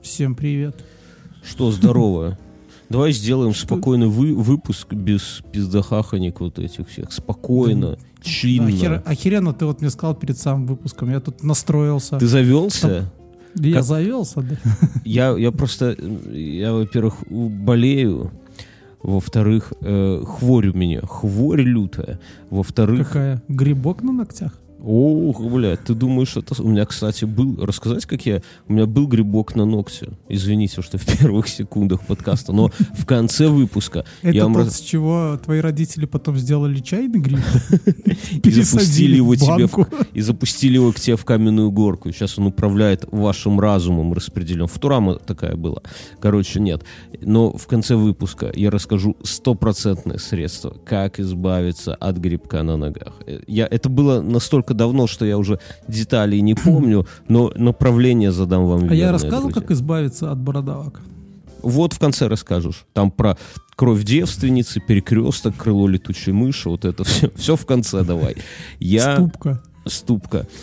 Всем привет. Что, здорово. Давай сделаем спокойный выпуск без пиздахаханик вот этих всех. Спокойно, чинно. Охеренно ты вот мне сказал перед самым выпуском. Я тут настроился. Ты завелся? Я завелся, да. Я, во-первых, болею. Во-вторых, хворь у меня. Хворь лютая. Во-вторых... Какая? Грибок на ногтях? Ох, блядь, ты думаешь, это... У меня, кстати, был... Рассказать, У меня был грибок на ногте. Извините, что в первых секундах подкаста, но в конце выпуска... Это тот, с чего твои родители потом сделали чайный гриб? И запустили его тебе... И запустили его к тебе в каменную горку. Сейчас он управляет вашим разумом распределен. Футурама такая была. Короче, нет. Но в конце выпуска я расскажу 100% средство, как избавиться от грибка на ногах. Это было настолько давно, что я уже деталей не помню, но направление задам вам верное. А я рассказывал, как избавиться от бородавок? Вот в конце расскажешь. Там про кровь девственницы, перекресток, крыло летучей мыши, вот это все. Все в конце давай. Ступка.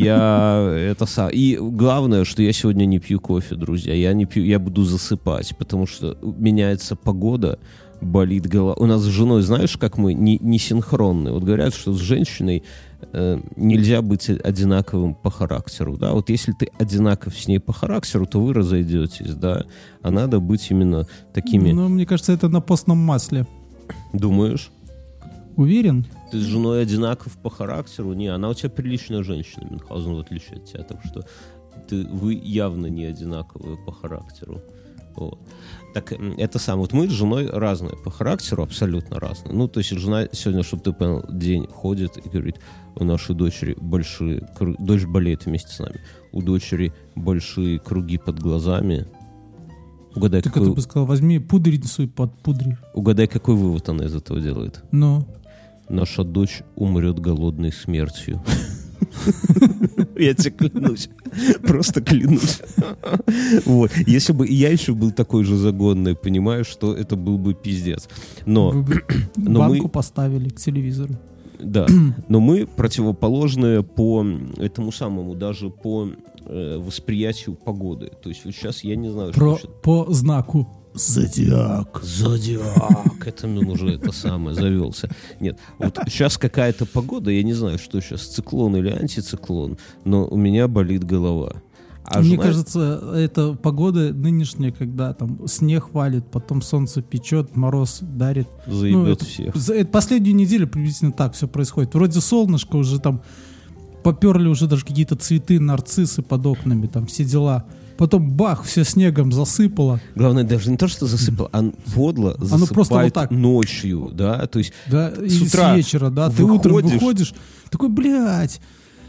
И главное, что я сегодня не пью кофе, друзья. Я буду засыпать, потому что меняется погода, болит голова. У нас с женой, знаешь, как мы не синхронны. Вот говорят, что с женщиной нельзя быть одинаковым по характеру, да, вот если ты одинаков с ней по характеру, то вы разойдетесь, да, а надо быть именно такими... Ну, мне кажется, это на постном масле. Думаешь? Уверен? Ты с женой одинаков по характеру? Не, она у тебя приличная женщина, Мюнхгаузен, в отличие от тебя, так что вы явно не одинаковые по характеру. Вот. Так это самое. Вот мы с женой разные по характеру, абсолютно разные. Ну, то есть жена сегодня, чтобы ты понял, день ходит и говорит, у нашей дочери большие... Дочь болеет вместе с нами. У дочери большие круги под глазами. Угадай, так какой... это бы сказал, возьми пудрицу и подпудри. Угадай, какой вывод она из этого делает? Ну? Наша дочь умрет голодной смертью. Я тебе клянусь. Просто клянусь. Вот. Если бы я еще был такой же загонный, понимаешь, что это был бы пиздец. Но банку поставили к телевизору. Да. Но мы противоположные по этому самому, даже по восприятию погоды. То есть вот сейчас я не знаю, что... По знаку. Зодиак. Это он уже это самое завелся. Нет, вот сейчас какая-то погода, я не знаю, что сейчас, циклон или антициклон, но у меня болит голова. Мне кажется, это погода нынешняя, когда там снег валит, потом солнце печет, мороз дарит. Заебет всех. Последнюю неделю приблизительно так все происходит. Вроде солнышко уже там, поперли уже даже какие-то цветы, нарциссы под окнами, там все дела. Потом бах, все снегом засыпало. Главное, даже не то, что засыпало, а подло засыпает вот ночью, да, то есть да, с утра с вечера, да, ты утром выходишь, такой, блядь.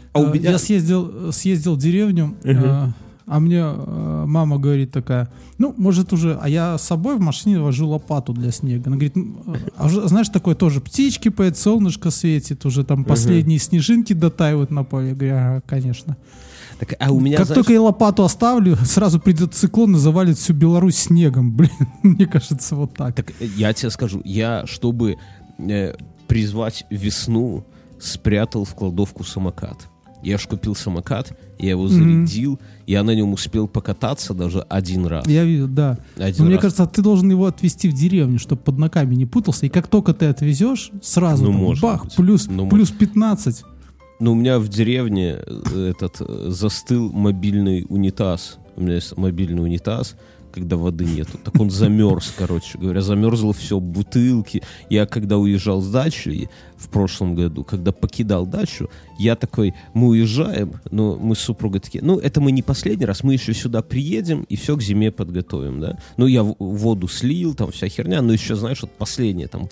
Я съездил в деревню, а мне мама говорит такая, ну, может уже, а я с собой в машине вожу лопату для снега. Она говорит, а уже, знаешь, такое тоже, птички поют, солнышко светит, уже там последние снежинки дотаивают на поле. Я говорю, ага, конечно. Так, а у меня, как только я лопату оставлю, сразу придет циклон и завалит всю Беларусь снегом. Блин, мне кажется, вот так. Так я тебе скажу, чтобы призвать весну, спрятал в кладовку самокат. Я ж купил самокат, я его зарядил, я на нем успел покататься даже один раз. Я видел, да. Но мне кажется, ты должен его отвезти в деревню, чтобы под ногами не путался. И как только ты отвезешь, сразу бах, плюс 15. Ну, у меня в деревне застыл мобильный унитаз. У меня есть мобильный унитаз, когда воды нету. Так он замерз, короче говоря. Замерзло все, бутылки. Я когда уезжал с дачи в прошлом году, когда покидал дачу, я такой, мы уезжаем, но мы с супругой такие, это мы не последний раз, мы еще сюда приедем и все к зиме подготовим, да. Я воду слил, там вся херня, но еще, знаешь, вот последнее, там,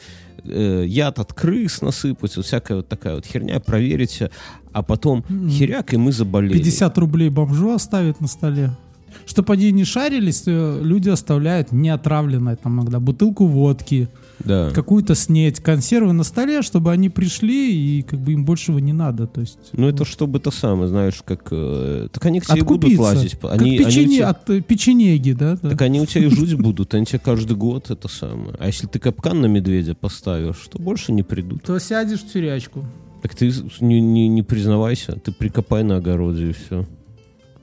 яд от крыс насыпать, вот всякая вот такая вот херня, проверите, а потом херяк, и мы заболели. 50 рублей бомжу оставить на столе. Чтобы они не шарились, люди оставляют неотравленное, там иногда бутылку водки, да, какую-то снеть, консервы на столе, чтобы они пришли, и как бы им большего не надо. То есть, это чтобы то самое, знаешь, как... Так они к тебе будут лазить. Как от печенеги, да? Так они у тебя и жуть будут, они тебе каждый год это самое. А если ты капкан на медведя поставишь, то больше не придут. То сядешь в тюрячку. Так ты не признавайся, ты прикопай на огороде и все.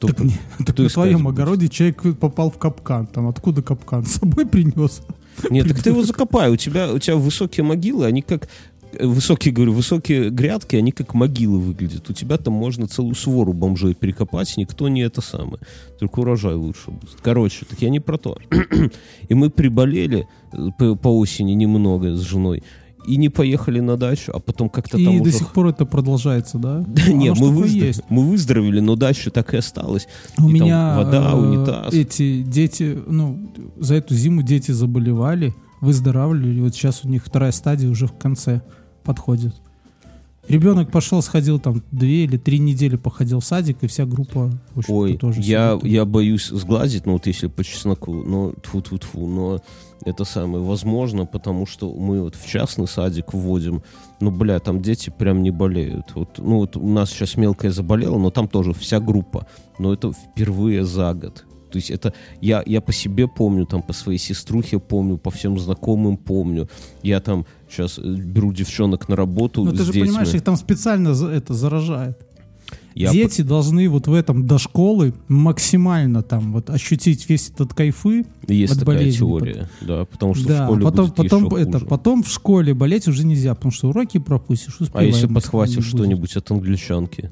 Так на твоем огороде человек попал в капкан. Там откуда капкан? С собой принес? Нет, так ты его закопай. У тебя высокие могилы, они как... Высокие грядки, они как могилы выглядят. У тебя там можно целую свору бомжей перекопать, никто не это самое. Только урожай лучше будет. Короче, так я не про то. И мы приболели по осени немного с женой. И не поехали на дачу, а потом как-то там и уже... до сих пор это продолжается, да? Да нет, мы выздоровели, но дача так и осталась. У и меня там вода, унитаз. Эти дети, за эту зиму дети заболевали, выздоравливали, вот сейчас у них 2-я стадия уже в конце подходит. Ребенок пошел, сходил там 2 или 3 недели походил в садик, и вся группа тоже я боюсь сглазить, вот если по чесноку, но тьфу-тьфу-тьфу, но это самое возможно, потому что мы вот в частный садик вводим, там дети прям не болеют. Вот у нас сейчас мелкая заболела, но там тоже вся группа, но это впервые за год. То есть это я по себе помню, там по своей сеструхе помню, по всем знакомым помню. Я там сейчас беру девчонок на работу. Но ты же понимаешь, их там специально это заражает. Дети должны вот в этом до школы максимально там вот ощутить весь этот кайфы. Есть от такая болезни. теория, да, потому что в школе будет хуже. Потом в школе болеть уже нельзя, потому что уроки пропустишь. А если подхватишь что-нибудь от англичанки?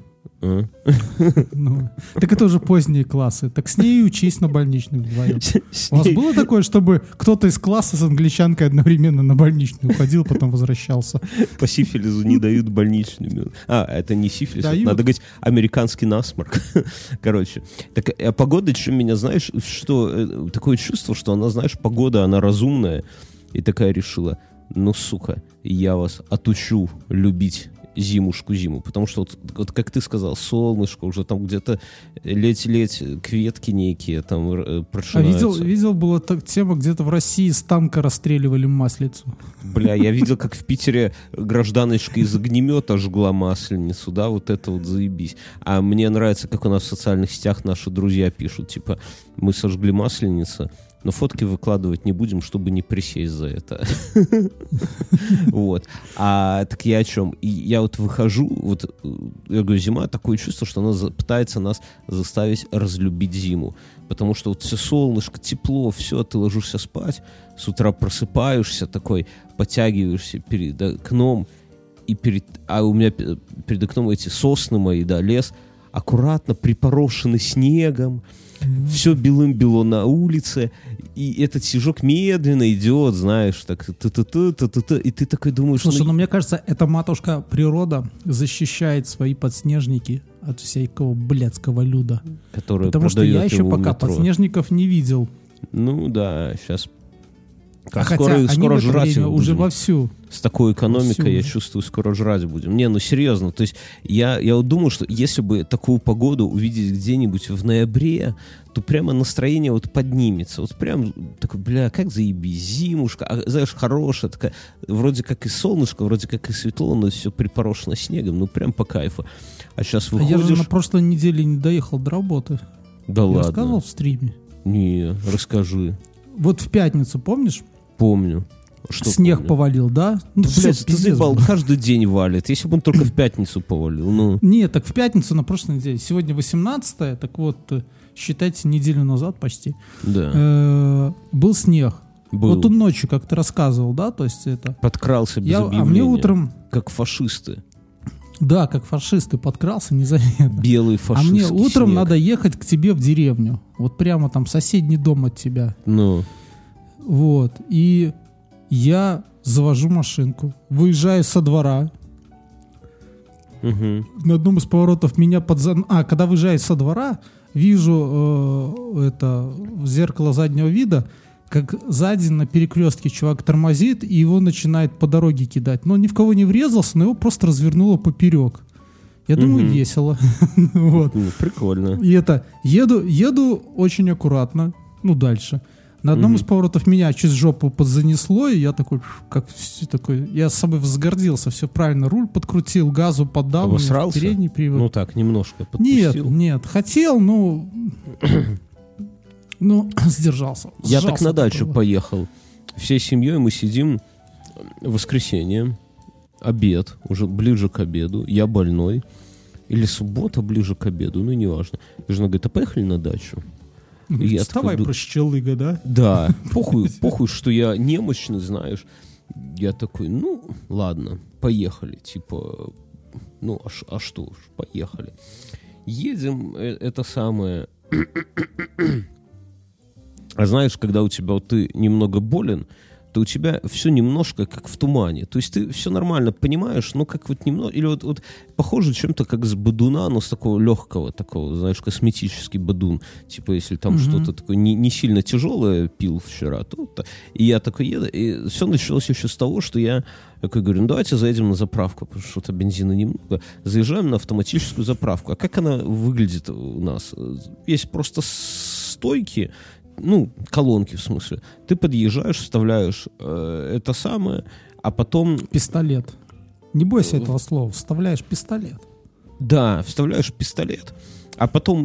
Так это уже поздние классы. Так с ней учись на больничную вдвоем. У вас было такое, чтобы кто-то из класса с англичанкой одновременно на больничную уходил, потом возвращался? По сифилизу не дают больничными. Это не сифилис, надо говорить американский насморк. Короче. Так, а погода, что меня, знаешь, что такое чувство, что она, знаешь, погода, она разумная. И такая решила, сука, я вас отучу любить зиму, потому что вот как ты сказал, солнышко, уже там где-то ледь кветки некие там прошиваются. Видел была тема, где-то в России с танка расстреливали Маслицу. Бля, я видел, как в Питере гражданочка из огнемета жгла Масленицу, да, вот это вот заебись. А мне нравится, как у нас в социальных сетях наши друзья пишут, типа, мы сожгли Масленицу, но фотки выкладывать не будем, чтобы не присесть за это. Вот. Так я о чем? И я вот выхожу, я говорю, зима, такое чувство, что она пытается нас заставить разлюбить зиму. Потому что вот все солнышко, тепло, все, ты ложишься спать, с утра просыпаешься такой, подтягиваешься перед окном, а у меня перед окном эти сосны мои, да, лес, аккуратно припорошены снегом, все белым-бело на улице, и этот снежок медленно идет, знаешь, так, и ты такой думаешь... Слушай, мне кажется, эта матушка природа защищает свои подснежники от всякого блядского люда. Потому что я еще пока подснежников не видел. Да, сейчас... Скоро жрать их уже вовсю. С такой экономикой, я чувствую, скоро жрать будем. серьезно. То есть я вот думаю, что если бы такую погоду увидеть где-нибудь в ноябре, то прямо настроение вот поднимется. Вот прям такой, как заебись, зимушка. Знаешь, хорошая такая, вроде как и солнышко, вроде как и светло, но все припорошено снегом. Прям по кайфу. А сейчас выходишь... Я же на прошлой неделе не доехал до работы. Да ладно? Рассказывал в стриме? Не, расскажи. Вот в пятницу, помнишь? Помню. Снег повалил, да? Ты заебал, каждый день валит. Если бы он только в пятницу повалил. Нет, так в пятницу на прошлой неделе. Сегодня 18-е, так вот, считайте, неделю назад почти. Да. Был снег. Был. Вот он ночью, как ты рассказывал, да? То есть это... Подкрался без объявления. А мне утром... Как фашисты. Да, как фашисты, подкрался незаметно. Белый фашистский А мне утром снег. надо ехать к тебе в деревню. Вот прямо там соседний дом от тебя. Вот. И я завожу машинку, выезжаю со двора. На одном из поворотов меня когда выезжаю со двора, вижу в зеркало заднего вида, как сзади на перекрестке чувак тормозит, и его начинает по дороге кидать. Но ни в кого не врезался, но его просто развернуло поперек. Я думаю, весело. Вот. Прикольно. И еду очень аккуратно, дальше. На одном из поворотов меня через жопу подзанесло, и я такой, я с собой возгордился, все правильно, руль подкрутил, газу поддал. Обосрался? Передний привод. Немножко подпустил? Нет, хотел, сдержался. Я так на дачу поехал. Всей семьей мы сидим в воскресенье, обед, уже ближе к обеду, я больной. или суббота ближе к обеду, ну, неважно. И жена говорит, а поехали на дачу? Вставай, прощелыга, да? Да, похуй, что я немощный, знаешь. Я такой, ну, ладно, поехали. Типа, ну, а что уж, поехали. Едем, это самое... А знаешь, когда у тебя вот ты немного болен, то у тебя все немножко как в тумане. То есть ты все нормально понимаешь, но как вот немного... Или вот похоже чем-то как с бадуна, но с такого легкого, такого, знаешь, косметический бадун. Типа если там что-то такое не сильно тяжелое пил вчера, то... И я такой еду, и все началось еще с того, что я такой говорю, ну давайте заедем на заправку, потому что что-то бензина немного. Заезжаем на автоматическую заправку. А как она выглядит у нас? Есть просто стойки, ну, колонки, в смысле. Ты подъезжаешь, вставляешь это самое, а потом... Пистолет. Не бойся этого слова. Вставляешь пистолет. Да, вставляешь пистолет, а потом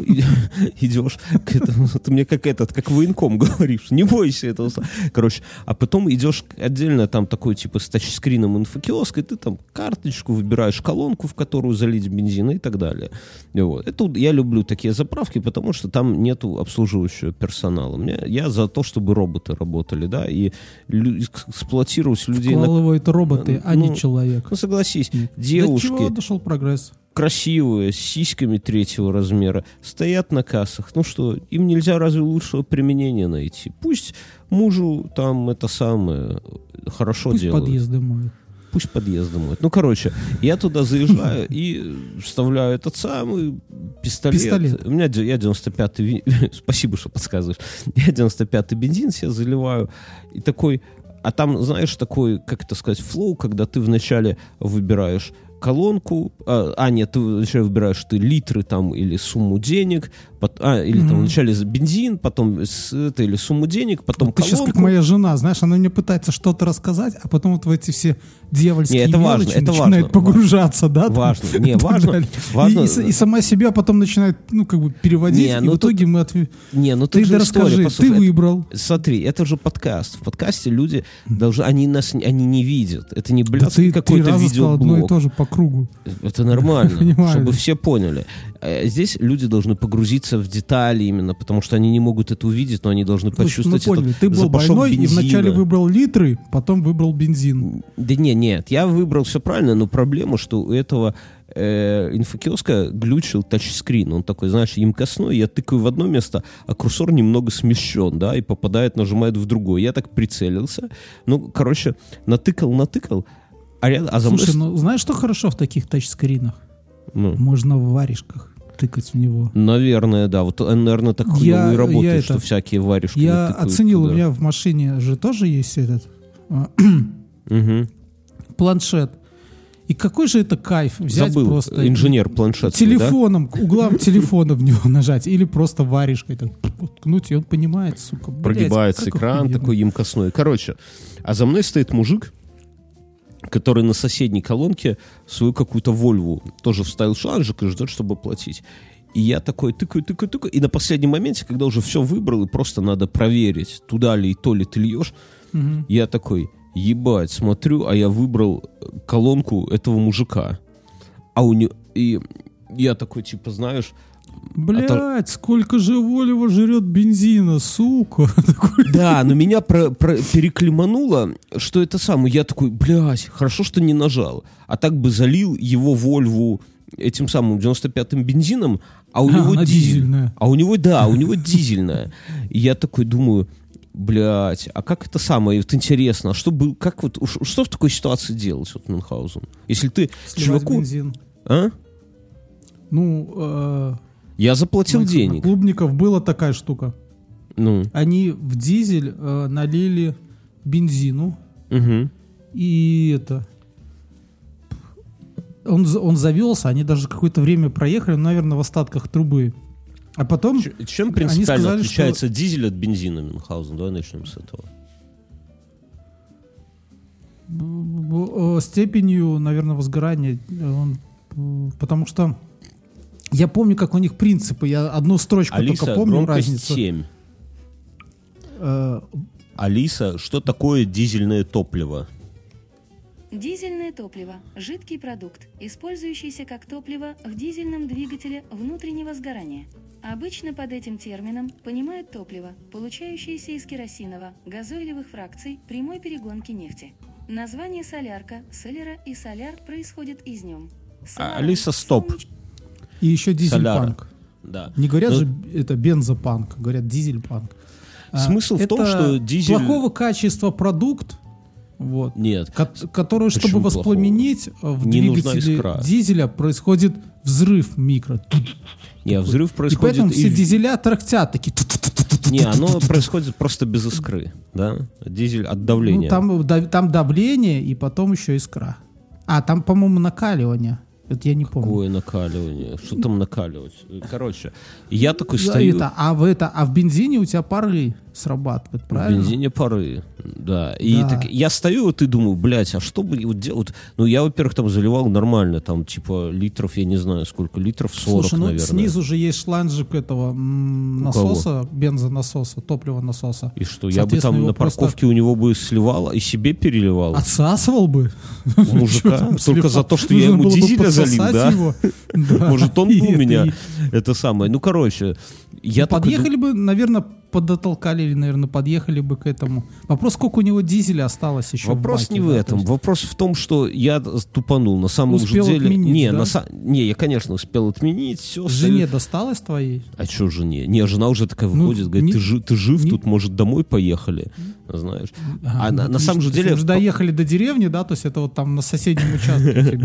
идешь к этому... Ты мне как военком говоришь. Не бойся этого слова. Короче, а потом идешь отдельно там такой типа с тачскрином инфокиоск, и ты там карточку выбираешь, колонку, в которую залить бензин и так далее. Вот. Это я люблю такие заправки, потому что там нету обслуживающего персонала. Я за то, чтобы роботы работали, да, и эксплуатировать людей... Вкалывают роботы, а не человек. Ну, согласись, девушки... До чего дошел прогресс? Красивые, с сиськами 3-го размера, стоят на кассах. Ну что, им нельзя разве лучшего применения найти? Пусть мужу там это самое хорошо Пусть делают. Подъезды моют. Пусть подъезды моют. Ну, короче, я туда заезжаю и вставляю этот самый пистолет. У меня я 95-й... Спасибо, что подсказываешь. Я 95-й бензин себе заливаю. И такой... А там, знаешь, такой, как это сказать, флоу, когда ты вначале выбираешь колонку, нет, ты вначале выбираешь ты литры там или сумму денег, или там вначале бензин, потом или сумму денег, потом ты колонку. Сейчас как моя жена, знаешь, она мне пытается что-то рассказать, а потом вот в эти все дьявольские мелочи начинает погружаться, да? Важно, важно. И сама себя потом начинает, ну, как бы переводить, и в итоге мы ты расскажи, ты выбрал. Смотри, это же подкаст. В подкасте люди должны, они не видят. Это не блядский какой-то видеоблог. Одно и то же по кругу. Это нормально, чтобы все поняли. Здесь люди должны погрузиться в детали именно, потому что они не могут это увидеть, но они должны почувствовать этот ты был больной бензина. И вначале выбрал литры, потом выбрал бензин. Да нет, я выбрал все правильно, но проблема, что у этого инфокиоска глючил тачскрин. Он такой, знаешь, емкостной, я тыкаю в одно место, а курсор немного смещен, да, и нажимает в другое. Я так прицелился. Ну, короче, натыкал, Слушай, ну знаешь, что хорошо в таких тачскринах? Можно в варежках тыкать в него. Наверное, да. Вот, наверное, так хуёво и работает, что всякие варежки я оценил, туда. У меня в машине же тоже есть этот планшет. И какой же это кайф взять просто... инженер планшет. Телефоном, да? Углом телефона в него нажать. Или просто варежкой так ткнуть, и он понимает, сука. Прогибается экран такой емкостной. Короче, а за мной стоит мужик, который на соседней колонке свою какую-то Вольву тоже вставил шланжик и ждет, чтобы платить. И я такой тыкаю. И на последнем моменте, когда уже все выбрал, и просто надо проверить, туда ли и то ли ты льешь, я такой, ебать, смотрю, а я выбрал колонку этого мужика. И я такой, типа, знаешь... Блядь, сколько же Вольво жрет бензина, сука. Да, но меня переклимануло, что это самое. Я такой, блядь, хорошо, что не нажал. А так бы залил его Вольву этим самым 95-м бензином, а у него дизельная. А у него дизельная. И я такой думаю, блядь, а как это самое? Вот интересно, что в такой ситуации делать, вот Мюнхгаузен? Если ты сливать чуваку... бензин. А? Я заплатил денег. У клубников была такая штука. Они в дизель налили бензину. И он завелся, они даже какое-то время проехали, наверное, в остатках трубы. А потом... Чем принципиально отличается дизель от бензина, Мюнхгаузен? Давай начнем с этого. Степенью, наверное, возгорания. Потому что я помню, как у них принципы. Я одну строчку только помню разницу. 7. Алиса, что такое дизельное топливо? Дизельное топливо – жидкий продукт, использующийся как топливо в дизельном двигателе внутреннего сгорания. Обычно под этим термином понимают топливо, получающееся из керосиново-газоилевых фракций прямой перегонки нефти. Название солярка, солера и соляр происходит из нем. Алиса, стоп. И еще дизель-панк. Да. Не говорят же это бензопанк, говорят дизель-панк. Смысл в том, что дизель... плохого качества продукт, вот, нет, который, чтобы воспламенить в двигателе дизеля, происходит взрыв микро. Не, взрыв происходит... И поэтому все дизеля тарахтят такие... Не, оно происходит просто без искры, да? Дизель от давления. Ну, там давление и потом еще искра. Там, по-моему, накаливание. Это я не помню. Какое накаливание? Что там накаливать? Короче, я такой стою... А в бензине у тебя пары срабатывают, правильно? В бензине пары, да. И так, я стою вот и думаю, блядь, а что бы вот делать? Ну, я, во-первых, там заливал нормально, там, типа, литров, я не знаю сколько, литров 40, слушай, наверное. Снизу же есть шланжик этого насоса, бензонасоса, топливонасоса. И что, я бы там на парковке у него бы сливал и себе переливал? Отсасывал бы? Мужика? Только за то, что я ему дизеля залил, да? Может, он у меня это самое. Ну, короче... Подъехали бы, наверное, подотолкали или, наверное, подъехали бы к этому. Вопрос, сколько у него дизеля осталось еще вопрос в баке, не в этом. Вопрос в том, что я тупанул. На самом успел же деле... Отменить, не, я, конечно, успел отменить. Все, жене досталось твоей? А что жене? Не, жена уже такая выходит, говорит, ты жив, тут, может, домой поехали. Знаешь. На самом же деле... Вы уже доехали до деревни, да? То есть это вот там на соседнем участке.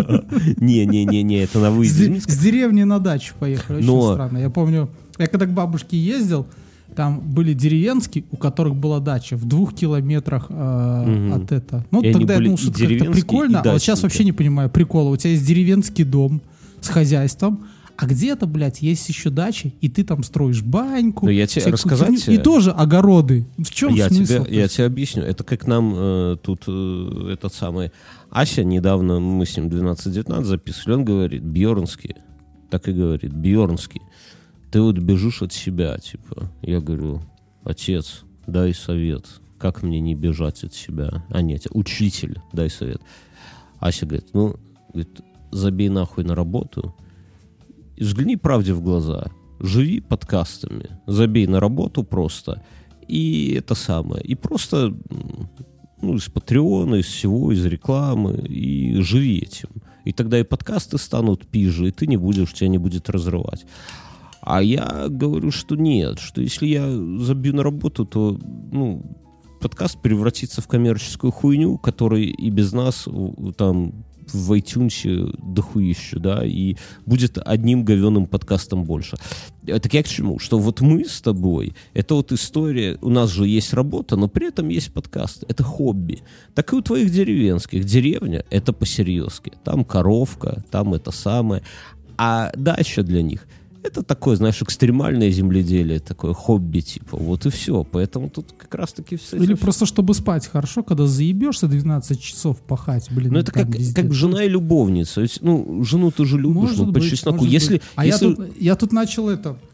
Не, это на выезде. С деревни на дачу поехали. Очень странно. Я помню... Я когда к бабушке ездил, там были деревенские, у которых была дача в 2 километрах от этого. Ну, тогда я думал, что это как-то прикольно, а вот сейчас вообще не понимаю прикола. У тебя есть деревенский дом с хозяйством, а где-то, блядь, есть еще дачи, и ты там строишь баньку. Я тебе рассказать... И тоже огороды. В чем смысл? Я тебе объясню. Это как нам тут этот самый... Ася, недавно мы с ним 12-19 записывали, он говорит, Бьернский, так и говорит, Бьернский. Ты вот бежишь от себя, типа. Я говорю, отец, дай совет. Как мне не бежать от себя? Нет, учитель, дай совет. Ася говорит, забей нахуй на работу и взгляни правде в глаза. Живи подкастами. Забей на работу просто. И это самое. И просто из Патреона, из всего, из рекламы. И живи этим. И тогда и подкасты станут пизже, и ты не будешь, тебя не будет разрывать. А я говорю, что нет, что если я забью на работу, то подкаст превратится в коммерческую хуйню, которая и без нас там в iTunes дохуища, да, и будет одним говёным подкастом больше. Так я к чему? Что вот мы с тобой, это вот история, у нас же есть работа, но при этом есть подкаст, это хобби. Так и у твоих деревенских. Деревня — это по-серьезки. Там коровка, там это самое. А дача для них — это такое, знаешь, экстремальное земледелие, такое хобби, типа, вот и все. Поэтому тут как раз-таки все... Или просто чтобы спать хорошо, когда заебешься 12 часов пахать, блин. Ну, это как жена и любовница. Жену ты же любишь, по чесноку. Я тут начал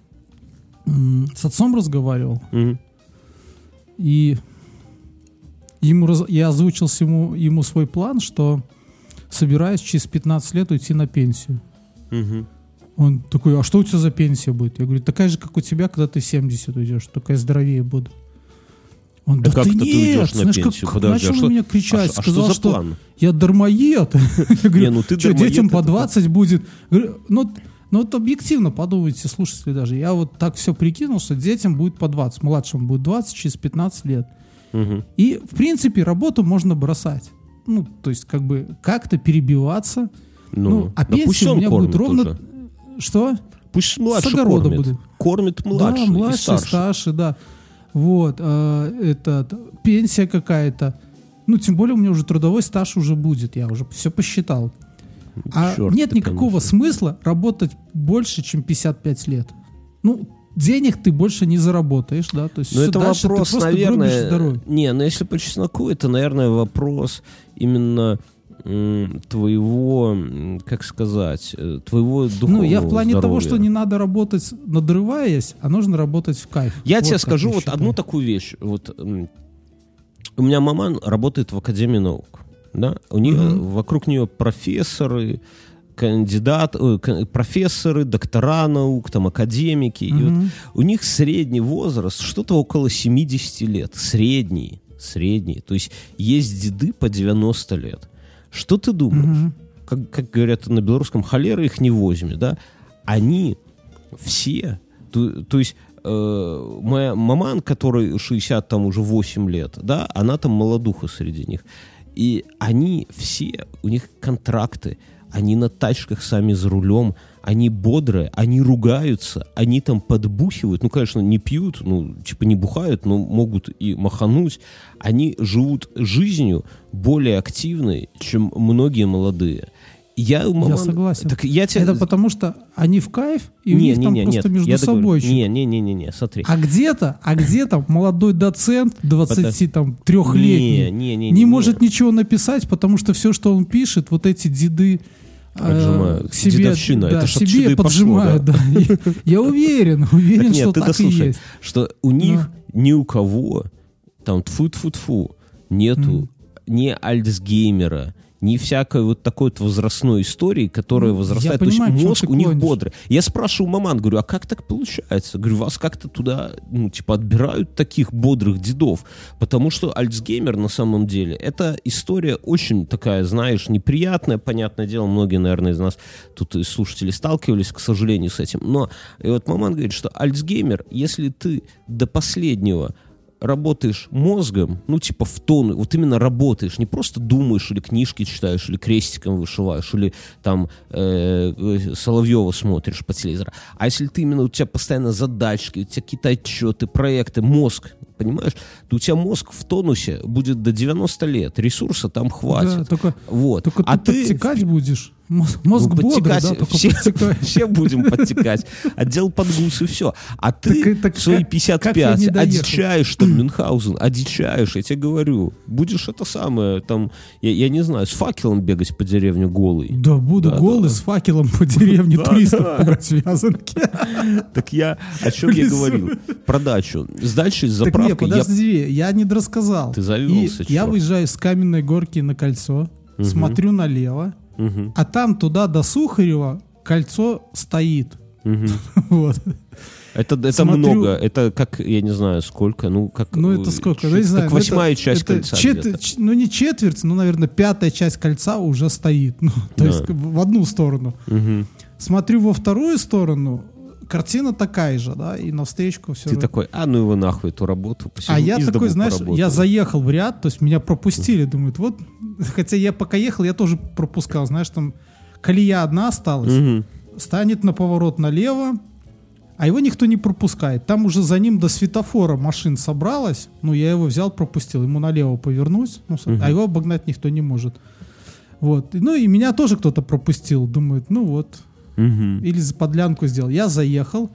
с отцом разговаривал, и я озвучил ему свой план, что собираюсь через 15 лет уйти на пенсию. Он такой, а что у тебя за пенсия будет? Я говорю, такая же, как у тебя, когда ты 70 уйдешь, только я здоровее буду. Он, да ты нет, знаешь, как начал на меня кричать, сказал, что я дармоед. Я говорю, что детям по 20 будет? Ну вот объективно подумайте, слушатели даже, я вот так все прикинул, что детям будет по 20, младшему будет 20 через 15 лет. И, в принципе, работу можно бросать. То есть, как-то перебиваться. А пенсия у меня будет ровно... Что? Пусть младше кормит. Кормит младше. Да, младше, старше, да. Вот. Пенсия какая-то. Тем более у меня уже трудовой стаж уже будет. Я уже все посчитал. Нет никакого смысла работать больше, чем 55 лет. Денег ты больше не заработаешь, да? То есть это вопрос, наверное... если по чесноку, это, наверное, вопрос именно... твоего, как сказать, твоего духовного я в плане здоровья. того, что не надо работать надрываясь, а нужно работать в кайф. Я тебе скажу одну такую вещь. У меня маман работает в Академии наук, да? Вокруг нее профессоры, профессоры, доктора наук, там, академики. И вот у них средний возраст что-то около 70 лет. Средний. То есть есть деды по 90 лет. Что ты думаешь? Как говорят на белорусском, холера их не возьмет, да? Они все... То есть моя маман, которой 60 там уже 8 лет, да, она там молодуха среди них. И они все, у них контракты, они на тачках сами за рулем, они бодрые, они ругаются, они там подбухивают, ну, конечно, не пьют, ну, типа не бухают, но могут и махануть. Они живут жизнью более активной, чем многие молодые. Я согласен. Это потому что они в кайф, и у них там просто между собой. Не, смотри. А где-то молодой доцент 23-летний не может ничего написать, потому что все, что он пишет, вот эти деды к себе, это себе поджимают. Да. Я уверен, что так и есть. Что у них ни у кого там тфу-тфу-тфу нету ни альцгеймера, не всякой вот такой вот возрастной истории, которая возрастает. Понимаю, то есть мозг у них бодрый. Я спрашиваю маман, говорю, а как так получается? Говорю, вас как-то туда, ну, типа, отбирают таких бодрых дедов. Потому что альцгеймер на самом деле, это история очень такая, знаешь, неприятная, понятное дело, многие, наверное, из нас тут и слушатели сталкивались, к сожалению, с этим. Но и вот маман говорит, что альцгеймер, если ты до последнего работаешь мозгом, ну, типа в тон, вот именно работаешь, не просто думаешь или книжки читаешь, или крестиком вышиваешь, или там Соловьева смотришь по телевизору, а если ты именно, у тебя постоянно задачки, у тебя какие-то отчеты, проекты, мозг, понимаешь, то у тебя мозг в тонусе будет до 90 лет, ресурса там хватит. Да, только вот. Только ты подтекать будешь. Мозг бодрый, да, все будем подтекать. Отдел подгуз и все. А ты в свои 55 одичаешь, там, Мюнхгаузен, одичаешь, я тебе говорю. Будешь это самое, там, я не знаю, с факелом бегать по деревне голый. Да, буду голый с факелом по деревне туристов пугать в Вязанке. Так я, о чем я говорю? Про дачу. С дачей, с заправкой. Так нет, подожди, я не дорассказал. Ты завелся. Я выезжаю с Каменной Горки на кольцо, смотрю налево, а там туда до Сухарева кольцо стоит. Вот. Это много. Это как, я не знаю, сколько. Ну, это сколько? Я не знаю. Как 8-я часть кольца. Ну, не четверть, но, наверное, 5-я часть кольца уже стоит. Ну, то есть в одну сторону. Смотрю во вторую сторону, картина такая же, да, и навстречу все. Ты такой, ну его нахуй, эту работу. А я такой, знаешь, я заехал в ряд, то есть меня пропустили, думают, вот, хотя я пока ехал, я тоже пропускал, знаешь, там колея одна осталась, станет на поворот налево, а его никто не пропускает. Там уже за ним до светофора машин собралось, ну, я его взял, пропустил, ему налево повернуть, а его обогнать никто не может. Вот, ну, и меня тоже кто-то пропустил, думает, ну, вот, или за подлянку сделал. Я заехал,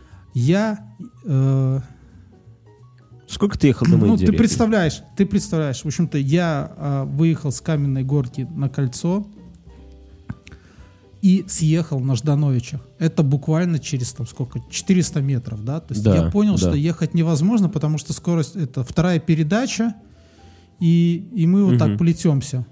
Сколько ты ехал до моей деревни? Ты представляешь, в общем-то, я выехал с Каменной Горки на кольцо и съехал на Ждановичах. Это буквально через, там, сколько, 400 метров, да? То есть я понял, что ехать невозможно, потому что скорость, это 2-я передача, и мы вот так плетемся.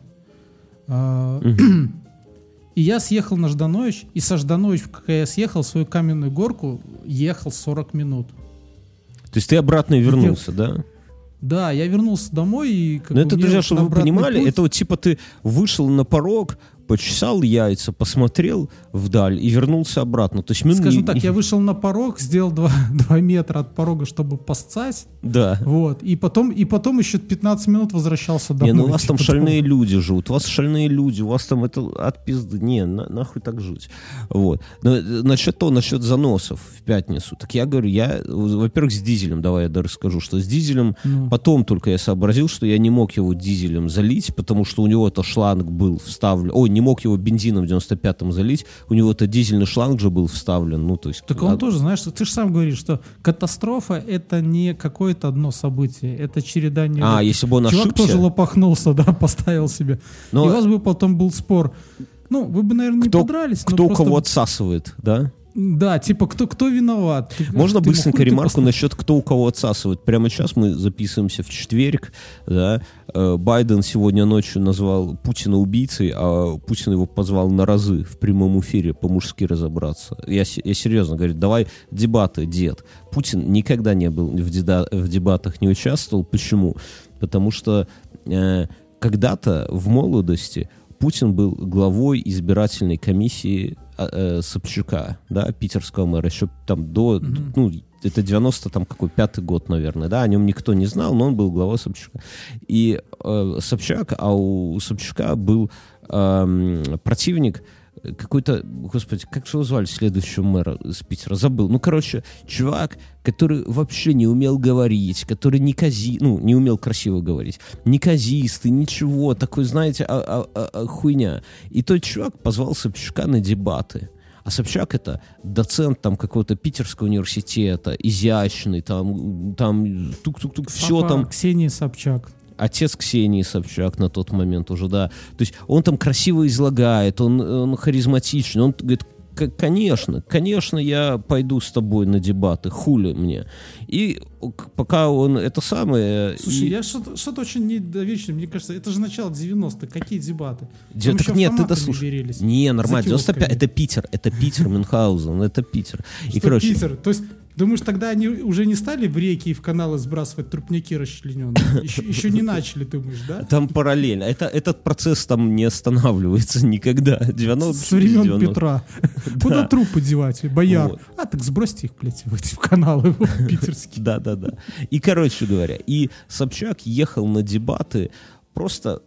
И я съехал на Жданович, и со Жданович, когда я съехал в свою Каменную Горку, ехал 40 минут. То есть ты обратно вернулся, да? Да, я вернулся домой. И но это, друзья, чтобы вы понимали, это вот типа ты вышел на порог, почесал яйца, посмотрел вдаль и вернулся обратно. То есть скажем так, я вышел на порог, сделал 2 метра от порога, чтобы поссать. Да. Вот. И потом еще 15 минут возвращался домой. Не, у вас там шальные люди живут. У вас шальные люди, у вас там это от пизды. Не, нахуй так жить. Вот. Но насчет заносов в пятницу. Так я говорю, во-первых, с дизелем, давай я даже скажу, что с дизелем потом только я сообразил, что я не мог его дизелем залить, потому что у него это шланг был вставлен. Не мог его бензином в 95-м залить, у него это дизельный шланг же был вставлен. Ну, то есть, так он тоже, знаешь, ты же сам говоришь, что катастрофа — это не какое-то одно событие, это череда неудачь. Если бы он ошибся... Чувак тоже лопахнулся, да, поставил себе. И у вас бы потом был спор. Ну, вы бы, наверное, не подрались. Кто кого отсасывает, да? Да, типа, кто виноват? Можно быстренько ремарку насчет кто у кого отсасывает. Прямо сейчас мы записываемся в четверг, да. Байден сегодня ночью назвал Путина убийцей, а Путин его позвал на разы в прямом эфире по-мужски разобраться. Я серьезно говорю, давай дебаты, дед. Путин никогда не был в дебатах, не участвовал. Почему? Потому что когда-то в молодости Путин был главой избирательной комиссии Собчака, да, питерского мэра, еще там до, это 95-й год, наверное, да, о нем никто не знал, но он был главой Собчака. И Собчак, а у Собчака был противник какой-то, господи, как же его звали следующего мэра из Питера, забыл. Ну, короче, чувак, который вообще не умел говорить, который не умел красиво говорить, неказистый, ничего, такой, знаете, хуйня. И тот чувак позвал Собчака на дебаты. А Собчак — это доцент там какого-то питерского университета, изящный, там тук-тук-тук, все там. Ксения Собчак. Отец Ксении Собчак на тот момент уже, да. То есть он там красиво излагает, он харизматичный, он говорит, конечно, я пойду с тобой на дебаты, хули мне. И пока он это самое... Слушай, я что-то очень недоверчивый, мне кажется, это же начало 90-х, какие дебаты? Так нет, ты дослушай. Не, нормально, 95, это Питер, Мюнхгаузен, это Питер. И, короче, Питер, то есть... Думаешь, тогда они уже не стали в реки и в каналы сбрасывать трупняки расчлененные? Еще не начали, думаешь, да? Там параллельно. Этот процесс там не останавливается никогда. С времен Петра. Куда трупы девать? Бояр. А, так сбросьте их, блядь, в эти каналы питерские. Да. И, короче говоря, и Собчак ехал на дебаты просто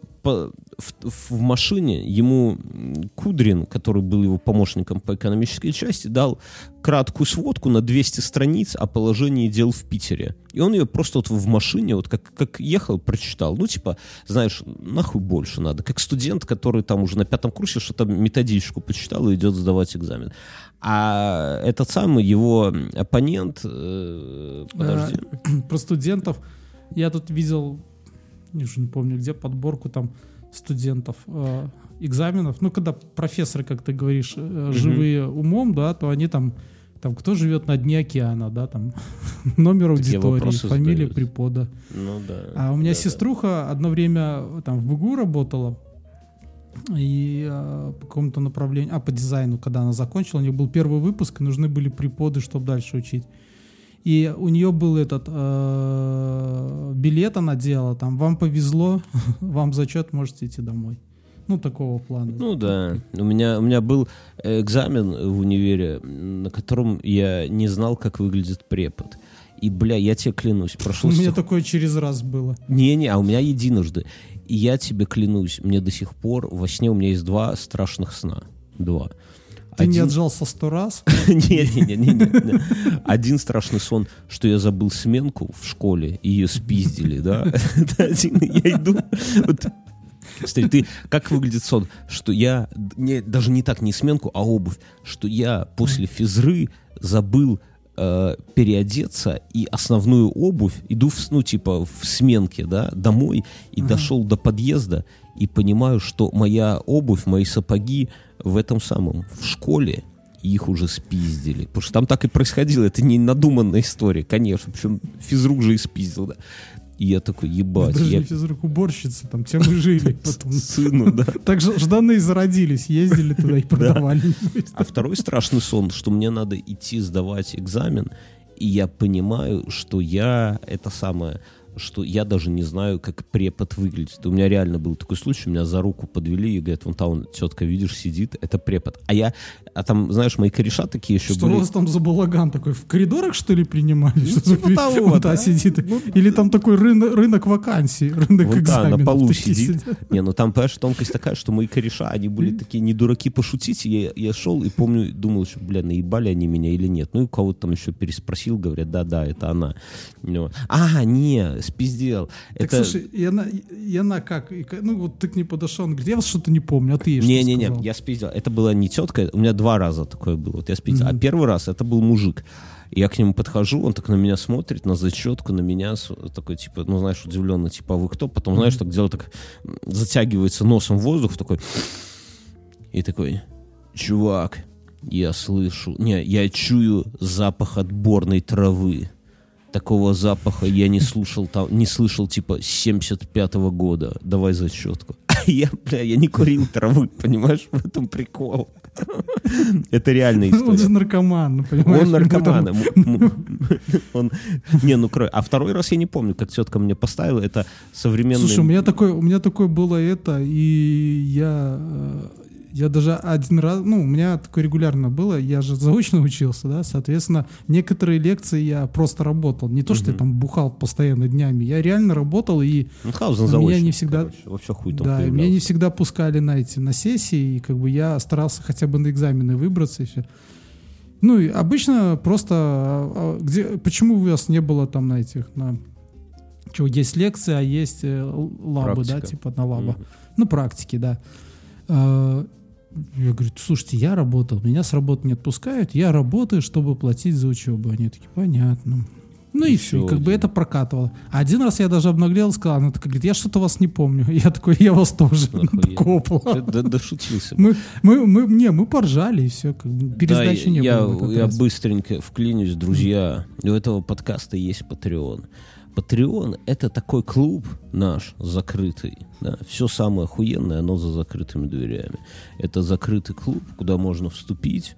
в машине. Ему Кудрин, который был его помощником по экономической части, дал краткую сводку на 200 страниц о положении дел в Питере. И он ее просто вот в машине, вот как ехал, прочитал. Ну, типа, знаешь, нахуй больше надо. Как студент, который там уже на 5 курсе что-то методичку почитал и идет сдавать экзамен. А этот самый его оппонент... Подожди. Про студентов я тут видел... уже не помню где, подборку там студентов экзаменов. Ну, когда профессоры, как ты говоришь, живые умом, да, то они там кто живет на дне океана, да, там номер аудитории, фамилия препода. Ну, да. А у меня сеструха одно время там в БГУ работала, и по какому-то направлению, по дизайну, когда она закончила, у нее был первый выпуск, и нужны были преподы, чтобы дальше учить. И у нее был этот билет, она делала, там, вам повезло, вам зачет, можете идти домой. Ну, такого плана. Ну, да. У меня был экзамен в универе, на котором я не знал, как выглядит препод. И, бля, я тебе клянусь, прошло... У меня такое через раз было. Не-не, а у меня единожды. И я тебе клянусь, мне до сих пор во сне у меня есть 2 страшных сна. 2. Ты не отжался 100 раз? Не. Один страшный сон, что я забыл сменку в школе, и ее спиздили, да? Это один, я иду... Кстати, ты как выглядит сон? Что я, даже не так, не сменку, а обувь, что я после физры забыл переодеться и основную обувь, иду в сменке, да, домой, и дошел до подъезда, и понимаю, что моя обувь, мои сапоги в этом самом, в школе, их уже спиздили. Потому что там так и происходило. Это не надуманная история, конечно. Причем физрук же и спиздил, да. И я такой, ебать. Даже физрук уборщица, там, тем и жили потом. Сыну, да. Так же Жданы зародились, ездили туда и продавали. А второй страшный сон, что мне надо идти сдавать экзамен, и я понимаю, что что я даже не знаю, как препод выглядит. У меня реально был такой случай, меня за руку подвели и говорят, вон там тетка, видишь, сидит, это препод. А там, знаешь, мои кореша такие еще что были. Что у вас там за балаган такой? В коридорах, что ли, принимали? Что за сидит? Или там такой рынок вакансий, рынок экзаменов? На полу сидит. Не, ну там, понимаешь, тонкость такая, что мои кореша, они были такие не дураки пошутить, и я шел и помню, думал, что, бля, наебали они меня или нет. Ну и у кого-то там еще переспросил, говорят, да, это она. Не, спиздел. Так, слушай, и она как? Ну, вот ты к ней подошел, он говорит, я вас что-то не помню, а ты ей что сказал? Не, я спиздел. Это была не тетка, у меня 2 раза такое было. Вот я спиздел. А первый раз это был мужик. Я к нему подхожу, он так на меня смотрит, на зачетку, на меня, такой, типа, ну, знаешь, удивленно, типа, а вы кто? Потом, знаешь, так делает, так затягивается носом в воздух, такой, и такой, чувак, я чую запах отборной травы. Такого запаха я не слышал типа с 75-го года. Давай зачетку. Я не курил травы, понимаешь, в этом прикол. Это реальная история. Он же наркоман, понимаешь? Он наркоман. А второй раз я не помню, как тетка мне поставила. Это современный... Слушай, у меня такое было и я даже один раз, у меня такое регулярно было, я же заочно учился, да, соответственно, некоторые лекции я просто работал, не то, что я там бухал постоянно днями, я реально работал, и меня не всегда, вообще хуй там да, меня не всегда пускали на сессии, и как бы я старался хотя бы на экзамены выбраться, и все. Ну, и обычно просто, почему у вас не было там есть лекции, а есть лабы, практика. Да, типа на лаба, практики, да. Я говорю, слушайте, я работал, меня с работы не отпускают, я работаю, чтобы платить за учебу. Они такие, понятно. И все, и как бы это прокатывало. А один раз я даже обнаглел и сказал, она такая, говорит, я что-то вас не помню. Я такой, я вас тоже. Дошутился. Мы поржали, и все, как бы пересдачи не было. Я быстренько вклинюсь, друзья. У этого подкаста есть Patreon. Patreon — это такой клуб наш, закрытый. Да? Все самое охуенное, оно за закрытыми дверями. Это закрытый клуб, куда можно вступить.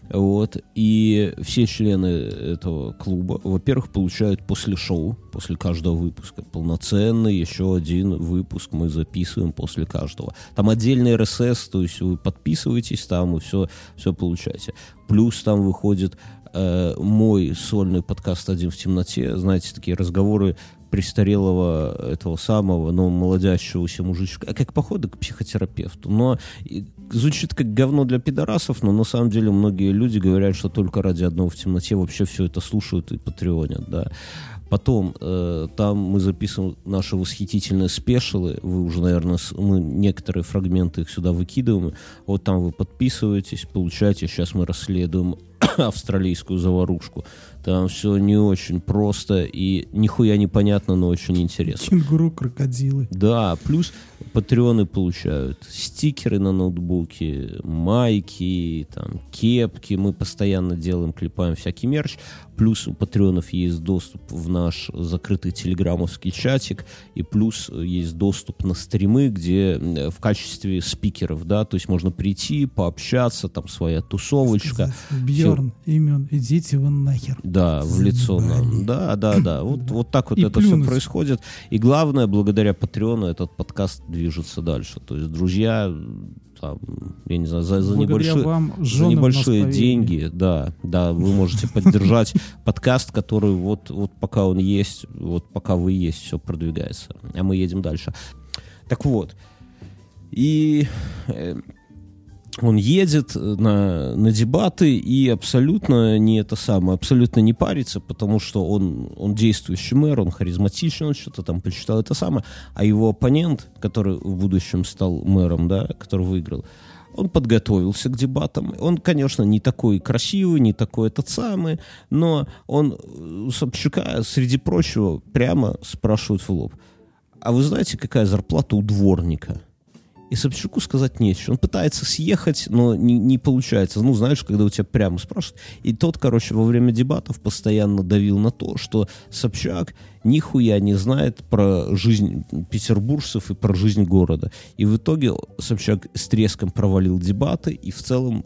И все члены этого клуба, во-первых, получают после шоу, после каждого выпуска, полноценный еще один выпуск мы записываем после каждого. Там отдельный RSS, то есть вы подписываетесь там и все получаете. Плюс там выходит мой сольный подкаст «Один в темноте». Знаете, такие разговоры престарелого этого самого, но молодящегося мужичка, как походы к психотерапевту. Но звучит как говно для пидорасов, но на самом деле многие люди говорят, что только ради «Одного в темноте» вообще все это слушают и патреонят, да. Потом там мы записываем наши восхитительные спешалы. Вы уже, наверное, мы некоторые фрагменты их сюда выкидываем. Вот там вы подписываетесь, получаете. Сейчас мы расследуем австралийскую заварушку. Там все не очень просто и нихуя непонятно, но очень интересно. Кенгуру, крокодилы. Да, плюс патреоны получают стикеры на ноутбуке, майки, там, кепки. Мы постоянно делаем, клепаем всякий мерч. Плюс у патреонов есть доступ в наш закрытый телеграммовский чатик. И плюс есть доступ на стримы, где в качестве спикеров, да, то есть можно прийти, пообщаться, там своя тусовочка. Бьерн, имен, идите вы нахер. Да, в лицо нам. Да. Вот так вот и это плюнуть. Все происходит. И главное, благодаря Патреону этот подкаст движется дальше. То есть, друзья, там, я не знаю, за небольшие деньги, да, вы можете поддержать подкаст, который вот пока он есть, вот пока вы есть, все продвигается. А мы едем дальше. Так вот. И... он едет на дебаты и абсолютно абсолютно не парится, потому что он действующий мэр, он харизматичный, он что-то там почитал это самое, а его оппонент, который в будущем стал мэром, да, который выиграл, он подготовился к дебатам. Он, конечно, не такой красивый, не такой этот самый, но он Собчака, среди прочего, прямо спрашивает в лоб: а вы знаете, какая зарплата у дворника? И Собчаку сказать нечего. Он пытается съехать, но не получается. Ну, знаешь, когда у тебя прямо спрашивают. И тот, во время дебатов постоянно давил на то, что Собчак нихуя не знает про жизнь петербуржцев и про жизнь города. И в итоге Собчак с треском провалил дебаты и в целом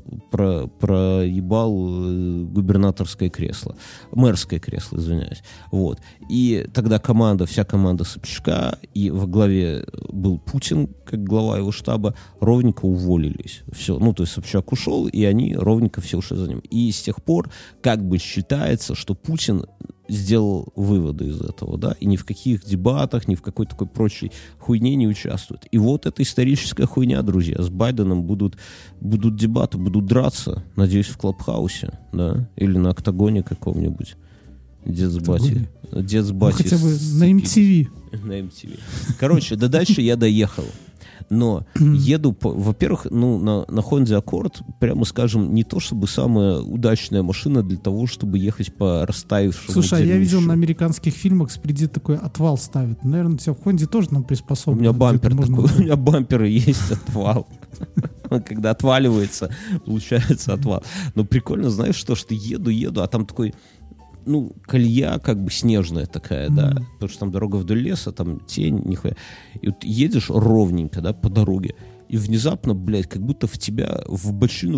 проебал губернаторское кресло. Мэрское кресло, извиняюсь. Вот. И тогда вся команда Собчака, и во главе был Путин, как глава его штаба, ровненько уволились. Все. Ну, то есть Собчак ушел, и они ровненько все ушли за ним. И с тех пор как бы считается, что Путин сделал выводы из этого, да, и ни в каких дебатах, ни в какой такой прочей хуйне не участвует. И вот эта историческая хуйня, друзья, с Байденом будут дебаты, будут драться, надеюсь, в Клабхаусе, да, или на Октагоне каком-нибудь. Дед с батей. Хотя бы на MTV. На MTV. Короче, до дальше я доехал. Но еду, во-первых, на Honda Accord, прямо скажем, не то чтобы самая удачная машина для того, чтобы ехать по растаявшему. Слушай, я видел на американских фильмах, спереди такой отвал ставят. Наверное, у тебя в Honda тоже нам приспособлено. У меня бамперы есть, отвал. когда отваливается, получается отвал. Но прикольно, знаешь, что ты еду, а там такой, ну, колея как бы снежная такая, да, потому что там дорога вдоль леса, там тень, нихуя. И вот едешь ровненько, да, по дороге, и внезапно, блядь, как будто в тебя, в бочину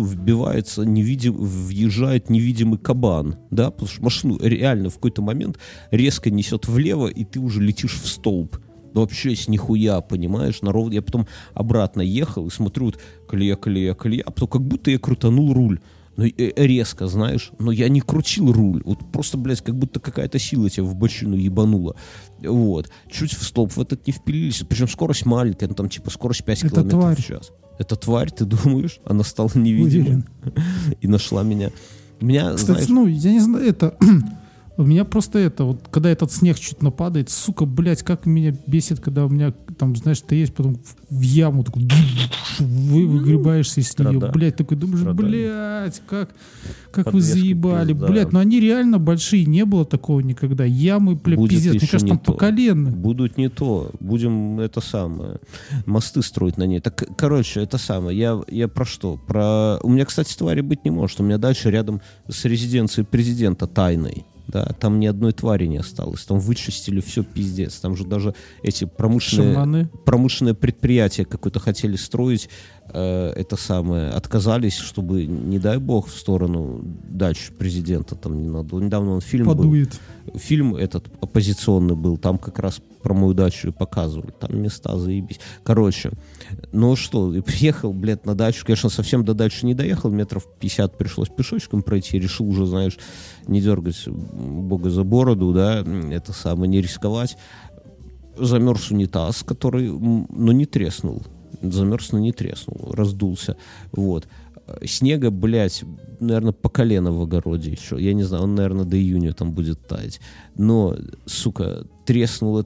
въезжает невидимый кабан, да, потому что машину реально в какой-то момент резко несет влево, и ты уже летишь в столб. Ну, вообще с нихуя, понимаешь, я потом обратно ехал и смотрю, вот колея, а потом как будто я крутанул руль. Ну, резко, знаешь, но я не крутил руль. Вот просто, блядь, как будто какая-то сила тебя в бочину ебанула. Вот. Чуть в столб в этот не впилились. Причем скорость маленькая, ну, там типа скорость 5 километров в час. Это тварь, ты думаешь? Она стала невидимой и нашла меня. Кстати, знаешь... ну, я не знаю, это... У меня просто вот когда этот снег чуть нападает, сука, блядь, как меня бесит, когда у меня там, знаешь, ты есть, потом в яму такой выгребаешься из нее, блядь, такой думаешь, блядь, как вы заебали, блядь, но они реально большие, не было такого никогда, ямы, блядь, пиздец, мне кажется, там по колено. Будут не то, будем это самое, мосты строить на ней. Так, короче, это самое, я про что? У меня, кстати, твари быть не может, у меня дальше рядом с резиденцией президента тайной. Да, там ни одной твари не осталось. Там вычистили все, пиздец. Там же даже эти промышленные предприятия какое-то хотели строить, это самое, отказались, чтобы, не дай бог, в сторону дач президента там не надо. Недавно он фильм подует. Был. Фильм этот оппозиционный был, там как раз про мою дачу показывали. Там места заебись. Короче, ну что, и приехал, блядь, на дачу. Конечно, совсем до дачи не доехал, метров 50 пришлось пешочком пройти. Решил уже, знаешь, не дергать бога за бороду, да, это самое, не рисковать. Замерз унитаз, который, ну, не треснул. Замерз, но не треснул, раздулся. Вот. Снега, блядь, наверное, по колено в огороде еще. Я не знаю, он, наверное, до июня там будет таять. Но, сука, треснула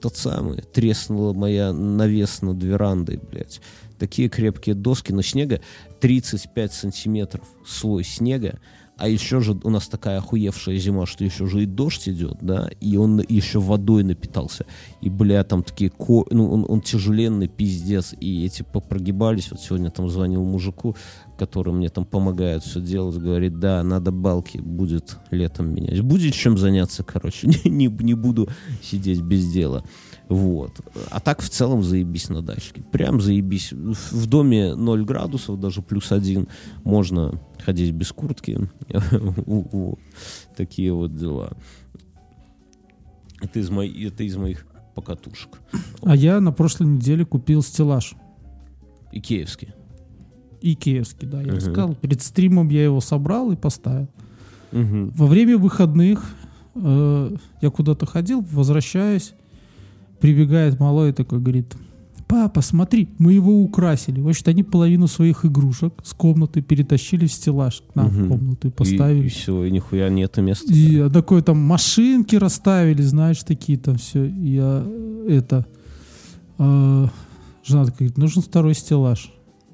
моя навес над верандой, блядь. Такие крепкие доски, но снега 35 сантиметров слой снега. А еще же у нас такая охуевшая зима, что еще же и дождь идет, да, и он еще водой напитался. И, бля, там такие, он тяжеленный, пиздец, и эти попрогибались. Вот сегодня там звонил мужику, который мне там помогает все делать, говорит, да, надо балки, будет летом менять. Будет чем заняться, короче, не буду сидеть без дела. Вот. А так в целом заебись на дачке. Прям заебись. В доме 0 градусов, даже +1. Можно ходить без куртки. Такие вот дела. Это из моих покатушек. А я на прошлой неделе купил стеллаж. Икеевский, да, я рассказал. Перед стримом я его собрал и поставил. Во время выходных я куда-то ходил, возвращаюсь, прибегает малой и такой говорит: папа, смотри, мы его украсили. В общем-то, они половину своих игрушек с комнаты перетащили в стеллаж к нам в комнату и поставили. И все, и нихуя нет места. И такое там машинки расставили, знаешь, такие там все. Я жена такая говорит, нужен второй стеллаж.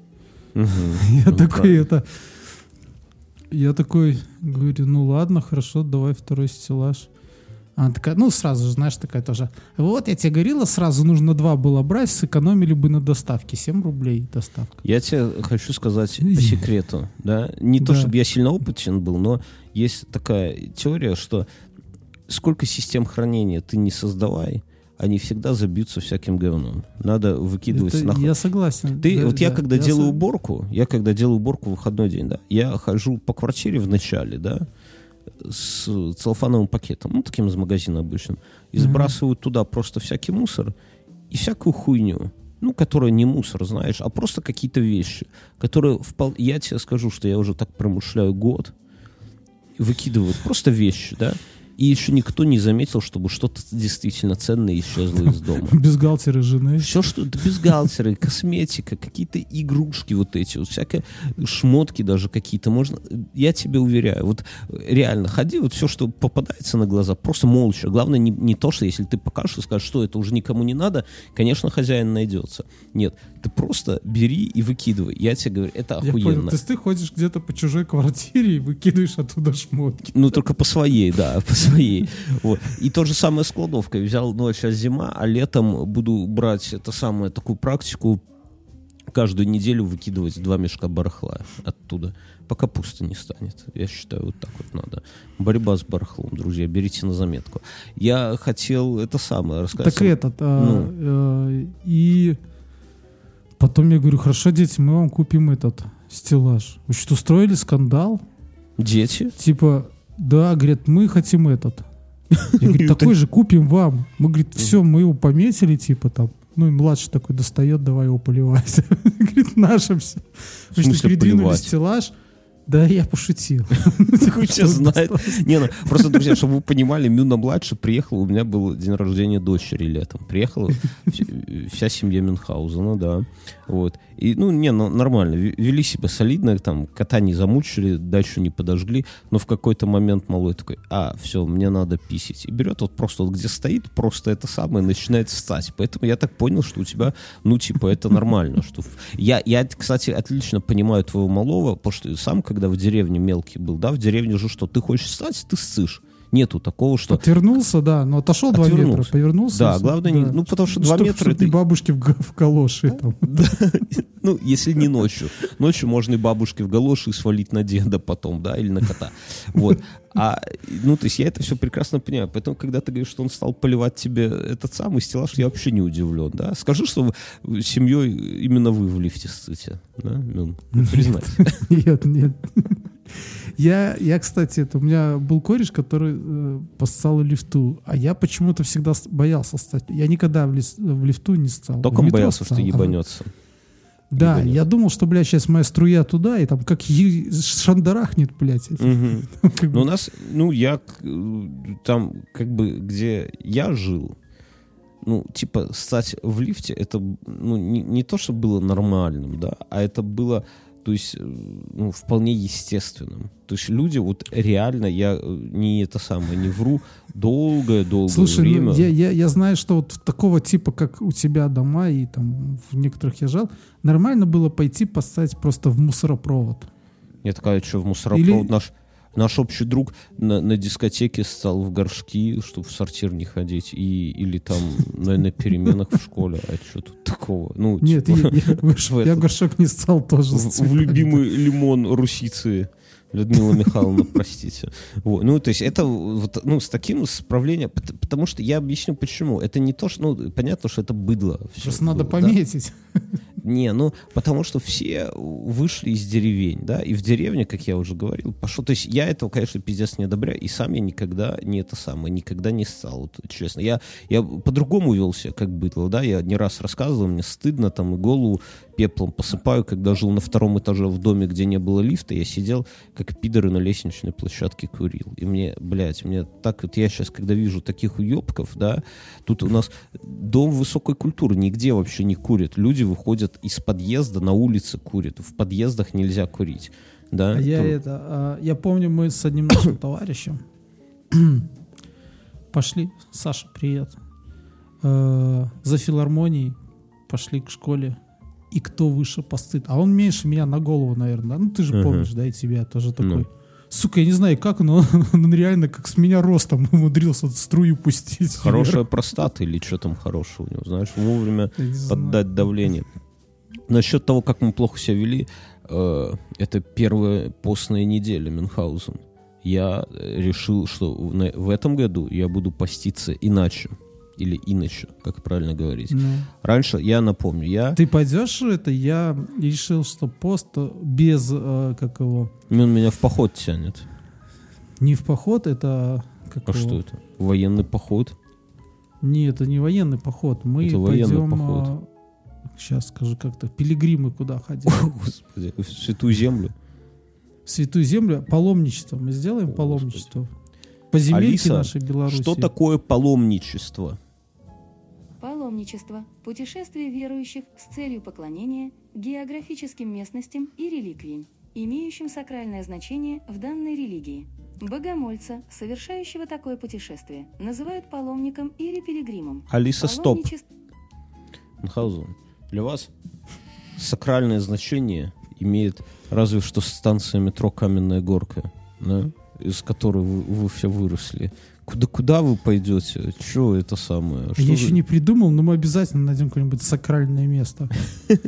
Я такой говорю, ну ладно, хорошо, давай второй стеллаж. Она такая, ну сразу же, знаешь, такая тоже. Вот я тебе говорила, сразу нужно 2 было брать, сэкономили бы на доставке. 7 рублей доставка. Я тебе хочу сказать по секрету, да, не то, чтобы я сильно опытен был, но есть такая теория, что сколько систем хранения ты не создавай, они всегда забьются всяким говном. Надо выкидывать нахуй. Я согласен. Я когда делаю уборку в выходной день, да, я хожу по квартире в начале, да, с целлофановым пакетом, ну, таким из магазина обычным, и сбрасываю туда просто всякий мусор и всякую хуйню, ну, которая не мусор, знаешь, а просто какие-то вещи, которые я тебе скажу, что я уже так промышляю год, выкидываю просто вещи, да, и еще никто не заметил, чтобы что-то действительно ценное исчезло из дома. Бюстгальтеры жены. Все, что... Бюстгальтеры, косметика, какие-то игрушки вот эти, вот всякие шмотки даже какие-то можно... Я тебе уверяю, вот реально, ходи, вот все, что попадается на глаза, просто молча. Главное не то, что если ты покажешь и скажешь, что это уже никому не надо, конечно, хозяин найдется. Нет, ты просто бери и выкидывай. Я тебе говорю, это охуенно. Я понял, ты ходишь где-то по чужой квартире и выкидываешь оттуда шмотки. Ну, только по своей, да, по своей. Вот. И то же самое с кладовкой. Взял, ну, сейчас зима, а летом буду брать такую практику каждую неделю выкидывать 2 мешка барахла оттуда, пока пусто не станет. Я считаю, вот так вот надо. Борьба с барахлом, друзья, берите на заметку. Я хотел это самое рассказать. Так и потом я говорю, хорошо, дети, мы вам купим этот стеллаж. Вы что, устроили скандал? Дети? Типа, да, говорят, мы хотим этот. Я говорю, такой же купим вам. Мы, говорит, все, мы его пометили, типа там. Ну и младший такой достает, давай его поливать. Говорит, наше все. В смысле передвинули стеллаж. Да, я пошутил. Хуй тебя знает. Не, ну, просто, друзья, чтобы вы понимали, Мюна-младший приехал, у меня был день рождения дочери летом. Приехала вся семья Мюнхгаузена, да. Вот. И, нормально. Вели себя солидно, там, кота не замучили, дальше не подожгли, но в какой-то момент малой такой, все, мне надо писить. И берет вот просто вот где стоит, просто это самое, начинает ссать. Поэтому я так понял, что у тебя, это нормально. Что... Я, кстати, отлично понимаю твоего малого, потому что сам, когда в деревне мелкий был, да, в деревне же что, ты хочешь ссать, ты ссышь. Нету такого, что... Отвернулся, да, но отошел 2 метра, повернулся. Да, главное, не, потому что 2 метра... Чтобы бабушки в галоши. Если не ночью. Ночью можно и бабушке в галоши свалить на деда потом, да, или на кота. Вот. То есть я это все прекрасно понимаю. Поэтому, когда ты говоришь, что он стал поливать тебе этот самый стеллаж, я вообще не удивлен, да. Скажи, что семьей именно вы в лифте ссыте, да? Признайся. Нет. Я, кстати, у меня был кореш, который поссал лифту, а я почему-то всегда боялся стать. Я никогда в лифту не ссал. Только он боялся, что ебанется. Да, я думал, что, блядь, сейчас моя струя туда, и там как шандарахнет, блядь. Но у нас, там, где я жил, ссать в лифте, это, не то, что было нормальным, да, а это было... То есть, вполне естественным. То есть люди вот реально, я не вру, долгое время... Слушай, я знаю, что вот такого типа, как у тебя дома, и там в некоторых я жил, нормально было пойти поссать просто в мусоропровод. Я такая, что в мусоропровод? Наш общий друг на дискотеке ссал в горшки, чтобы в сортир не ходить, или там на переменах в школе. А что тут такого? Нет, я горшок не ссал тоже. В любимый лимон русицы. Людмила Михайловна, простите. Вот. То есть это с таким справлением, потому что я объясню почему. Это не то, что, понятно, что это быдло. Просто надо пометить. Не, потому что все вышли из деревень, да, и в деревне, как я уже говорил, пошел. То есть я этого, конечно, пиздец не одобряю, и сам я никогда никогда не ссал, вот, честно. Я по-другому вел себя, как быдло, да, я не раз рассказывал, мне стыдно, там, и голову пеплом посыпаю, когда жил на 2-м этаже в доме, где не было лифта, я сидел, как пидоры на лестничной площадке курил. И мне так вот, я сейчас, когда вижу таких уебков, да, тут у нас дом высокой культуры, нигде вообще не курят. Люди выходят из подъезда, на улице курят. В подъездах нельзя курить. Да? Я помню, мы с одним нашим товарищем пошли, Саша, привет, за филармонией пошли к школе. И кто выше постыд. А он меньше меня на голову, наверное. Да? Ты же помнишь, да, и тебя тоже такой. Сука, я не знаю как, но он реально как с меня ростом умудрился струю пустить. Хорошая простата или что там хорошего у него, знаешь, вовремя поддать давление. Насчет того, как мы плохо себя вели, это первая постная неделя Мюнхгаузен. Я решил, что в этом году я буду поститься иначе. Или иначе, как правильно говорить. Раньше, я напомню, Ты пойдешь это? Я решил, что пост без, как его... Он меня в поход тянет. Не в поход, это... Что это? Военный поход? Нет, это не военный поход. Мы это пойдем... Поход. Сейчас скажу как-то. Пилигримы куда ходили? Господи, в Святую Землю? В Святую Землю? Паломничество. Мы сделаем паломничество. По земельке нашей Беларуси. Что такое паломничество? Паломничество – путешествие верующих с целью поклонения географическим местностям и реликвиям, имеющим сакральное значение в данной религии. Богомольца, совершающего такое путешествие, называют паломником или пилигримом. Алиса, стоп. Мюнхгаузен, для вас сакральное значение имеет разве что станция метро «Каменная горка», да? Из которой вы все выросли. Куда вы пойдете? Что это самое? Я еще не придумал, но мы обязательно найдем какое-нибудь сакральное место.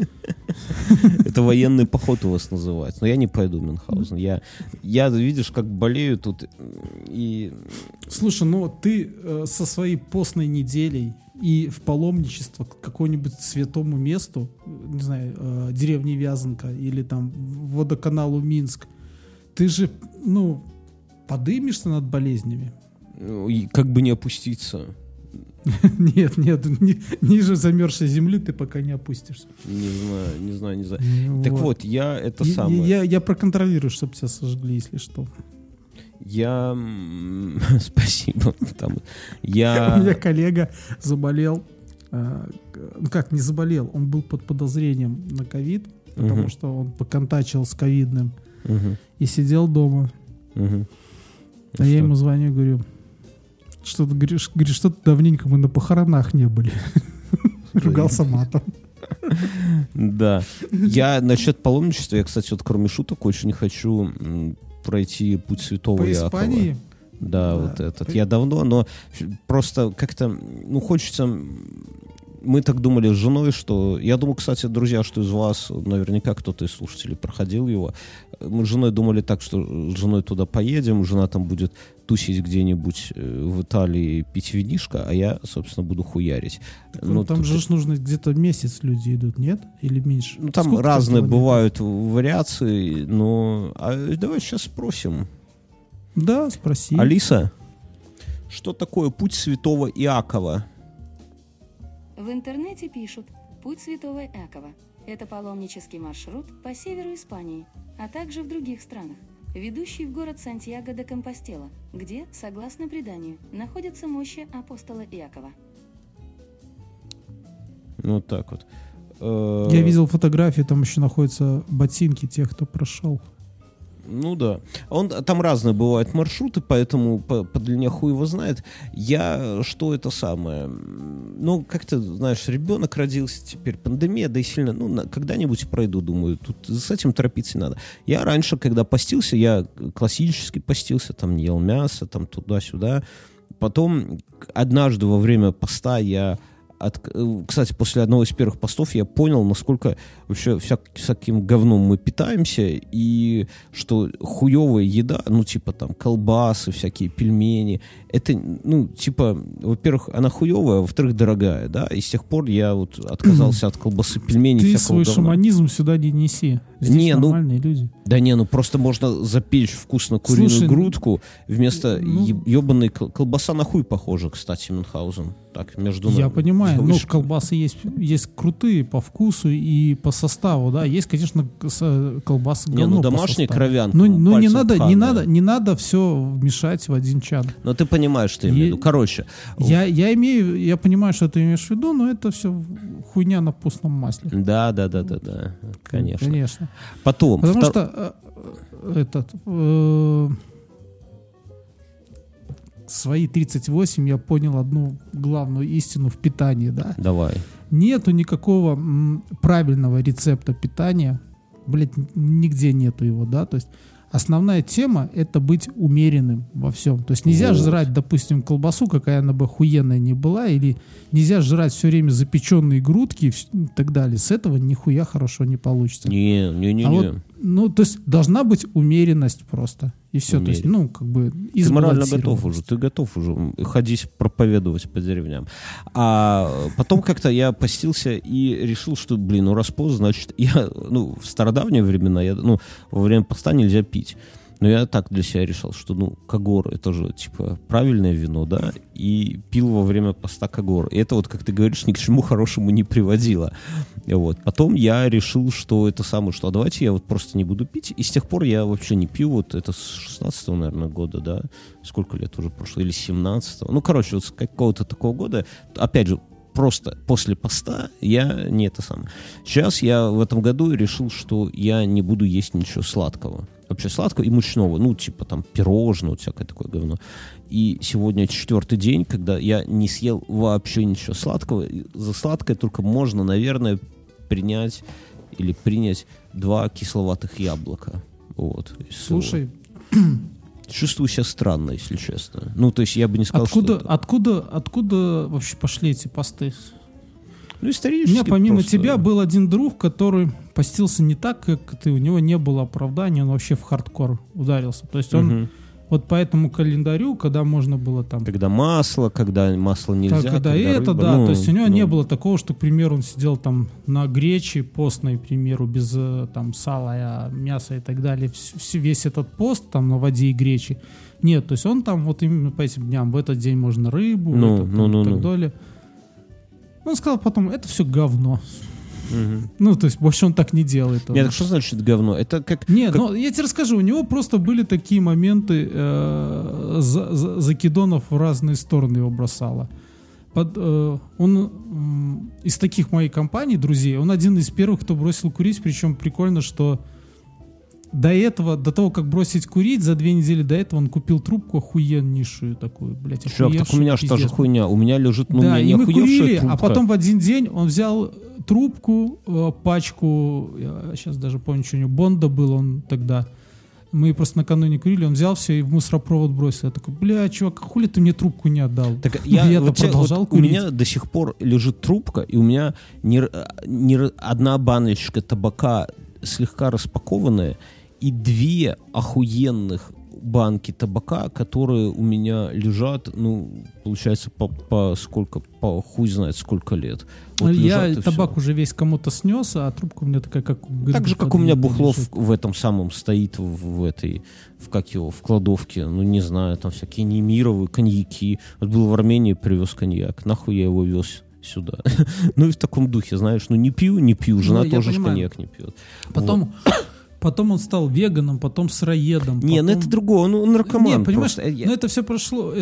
Это военный поход у вас называется. Но я не пойду в Мюнхгаузен. Я, видишь, как болею тут. И... Слушай, ну ты со своей постной неделей и в паломничество к какому-нибудь святому месту, не знаю, деревне Вязанка или там водоканалу Минск, ты же, подымешься над болезнями. И как бы не опуститься. Нет, ниже замерзшей земли ты пока не опустишься. Не знаю. Так вот, я это самое... Я проконтролирую, чтобы тебя сожгли, если что. Спасибо. У меня коллега заболел. Не заболел, он был под подозрением на ковид, потому что он поконтачил с ковидным и сидел дома. А я ему звоню, говорю, что ты говоришь, что-то давненько мы на похоронах не были. Ругался матом. Да. Я насчет паломничества, я, кстати, вот кроме шуток очень хочу пройти путь святого Иакова. По Испании? Да, вот этот. Я давно, но просто как-то, хочется... Мы так думали с женой, что... Я думаю, кстати, друзья, что из вас наверняка кто-то из слушателей проходил его. Мы с женой думали так, что с женой туда поедем, жена там будет тусить где-нибудь в Италии, пить винишко, а я, собственно, буду хуярить. Там же нужно где-то месяц люди идут, нет? Или меньше? Там сколько разные бывают вариации, но... давай сейчас спросим. Да, спроси. Алиса, что такое путь святого Иакова? В интернете пишут «Путь святого Иакова». Это паломнический маршрут по северу Испании, а также в других странах, ведущий в город Сантьяго-де-Компостела, где, согласно преданию, находятся мощи апостола Иакова. Вот так вот. Я видел фотографии, там еще находятся ботинки тех, кто прошел. Ну да. Там разные бывают маршруты, поэтому по длине хуй его знает. Что это самое? Как-то, знаешь, ребенок родился, теперь пандемия, да и сильно, когда-нибудь пройду, думаю, тут с этим торопиться не надо. Я раньше, когда постился, я классически постился, там не ел мясо, там туда-сюда. Потом однажды во время поста кстати, после одного из первых постов я понял, насколько вообще всяким говном мы питаемся, и что хуевая еда, типа там колбасы, всякие пельмени, это, во-первых, она хуевая, а во-вторых, дорогая, да, и с тех пор я вот отказался от колбасы, пельменей, всякого говна. Ты свой шаманизм сюда не неси. Здесь нормальные люди. Да просто можно запечь вкусно куриную грудку вместо ебаной колбаса на хуй похожа, кстати, Мюнхгаузен. Так, между нами. Я понимаю, колбасы есть крутые по вкусу и по составу, да. Есть, конечно, колбасы говно домашняя кровянка. Не надо все вмешать в один чан. Но ты понимаешь, что я имею в виду. Короче. Я понимаю, что ты имеешь в виду, но это все хуйня на постном масле. Да. Конечно. Потом. Потому что свои 38 я понял одну главную истину в питании, да. Давай. Нету никакого правильного рецепта питания, нигде нету его, да, то есть основная тема — это быть умеренным во всем. То есть нельзя жрать, допустим, колбасу, какая она бы охуенная ни была, или нельзя жрать все время запеченные грудки и так далее. С этого нихуя хорошо не получится. Не. То есть должна быть умеренность просто. И все. Умерен. То есть, ты морально готов уже. Ты готов уже ходить проповедовать по деревням. А потом как-то я постился и решил, что, раз пост, значит, в стародавние времена, во время поста нельзя пить. Но я так для себя решил, что, Кагор — это же, типа, правильное вино, да, и пил во время поста Кагор. И это как ты говоришь, ни к чему хорошему не приводило. Потом я решил, что что давайте я просто не буду пить. И с тех пор я вообще не пью, это с 16-го, наверное, года, да. Сколько лет уже прошло? Или с 17-го? С какого-то такого года, опять же, просто после поста я не это самое. Сейчас я в этом году решил, что я не буду есть ничего сладкого. Вообще сладкого и мучного. Типа там пирожное, всякое такое говно. И сегодня 4-й день, когда я не съел вообще ничего сладкого. И за сладкое только можно, наверное, принять 2 кисловатых яблока. Слушай... Чувствую себя странно, если честно. То есть я бы не сказал, Откуда вообще пошли эти посты? исторически. У меня помимо просто... тебя был один друг, который постился не так, как ты. У него не было оправдания, он вообще в хардкор ударился. То есть он вот по этому календарю, когда можно было там... Когда масло нельзя. Так, когда это, рыба, да. То есть у него не было такого, что, к примеру, он сидел там на грече постной, к примеру, без там сала, мяса и так далее. Весь этот пост там на воде и гречи. Нет, то есть он там вот именно по этим дням, в этот день можно рыбу и так далее. Он сказал потом, это все говно. Ну, то есть больше он так не делает. Нет, что значит говно? Это как... Нет, ну, я тебе расскажу, у него просто были такие моменты, закидонов в разные стороны его бросало. Он из таких моей компании, друзей, он один из первых, кто бросил курить, причем прикольно, что до того, как бросить курить, за 2 недели до этого он купил трубку охуеннейшую такую, блядь, охуевшую. Так у меня же тоже хуйня. У меня лежит, да, и мы курили, трубка. А потом в один день он взял трубку, пачку, я сейчас даже помню, что у него Бонда был он тогда. Мы просто накануне курили, он взял все и в мусоропровод бросил. Я такой, бля, чувак, хули ты мне трубку не отдал? Так я продолжал курить. У меня до сих пор лежит трубка, и у меня одна баночка табака слегка распакованная, и 2 охуенных банки табака, которые у меня лежат, ну, получается, по хуй знает сколько лет. Вот я табак уже весь кому-то снес, а трубка у меня такая, как... Так же, как у меня бухло в этом самом стоит, в кладовке, ну, не знаю, там всякие немировые коньяки. Вот был в Армении, привез коньяк, нахуй я его вез сюда. Ну, и в таком духе, знаешь, ну, не пью, жена тоже коньяк не пьет. Потом он стал веганом, потом сыроедом. Не, ну это другое, он наркоман. Не, понимаешь, ну это все прошло,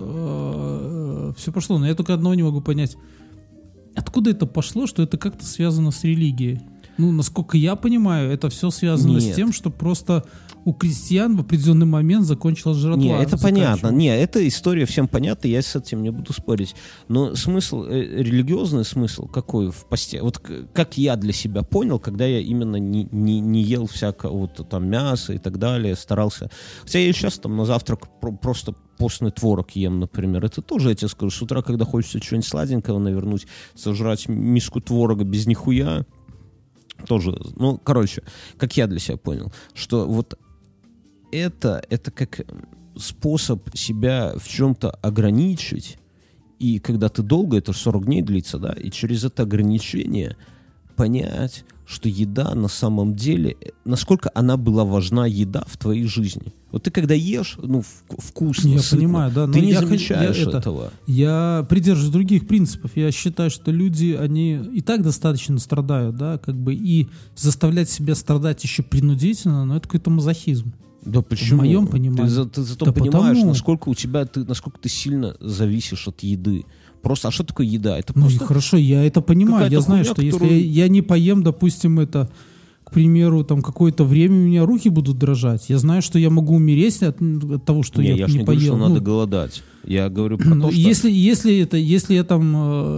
все прошло, но я только одного не могу понять. Откуда это пошло, что это как-то связано с религией? Ну, насколько я понимаю, это все связано с тем, что просто у крестьян в определенный момент закончилась жратва. Не, это понятно. Не, эта история всем понятна, я с этим не буду спорить. Но смысл, религиозный смысл какой в посте? Вот как я для себя понял, когда я именно не ел всякого вот, там мяса и так далее, старался. Хотя я сейчас там на завтрак просто постный творог ем, например. Это тоже, я тебе скажу, с утра, когда хочется чего-нибудь сладенького навернуть, сожрать миску творога без нихуя, тоже, ну, короче, как я для себя понял, что вот это как способ себя в чем-то ограничить, и когда ты долго, это 40 дней длится, да, и через это ограничение понять, что еда на самом деле, насколько она была важна, еда в твоей жизни. Вот ты когда ешь, ну, вкусно, я сытно, понимаю, да, ты не замечаешь этого. Я придерживаюсь других принципов. Я считаю, что люди, они и так достаточно страдают, да, как бы, и заставлять себя страдать еще принудительно, но это какой-то мазохизм. Да почему? В моем понимании. Ты зато понимаешь, насколько ты сильно зависишь от еды. Просто, а что такое еда? Это просто... Ну, хорошо, я это понимаю. Я знаю, что если я не поем, допустим, это, к примеру, там какое-то время у меня руки будут дрожать. Я знаю, что я могу умереть от того, что я не поел. Я же не говорю, что надо голодать. Я говорю про то, что... Если я там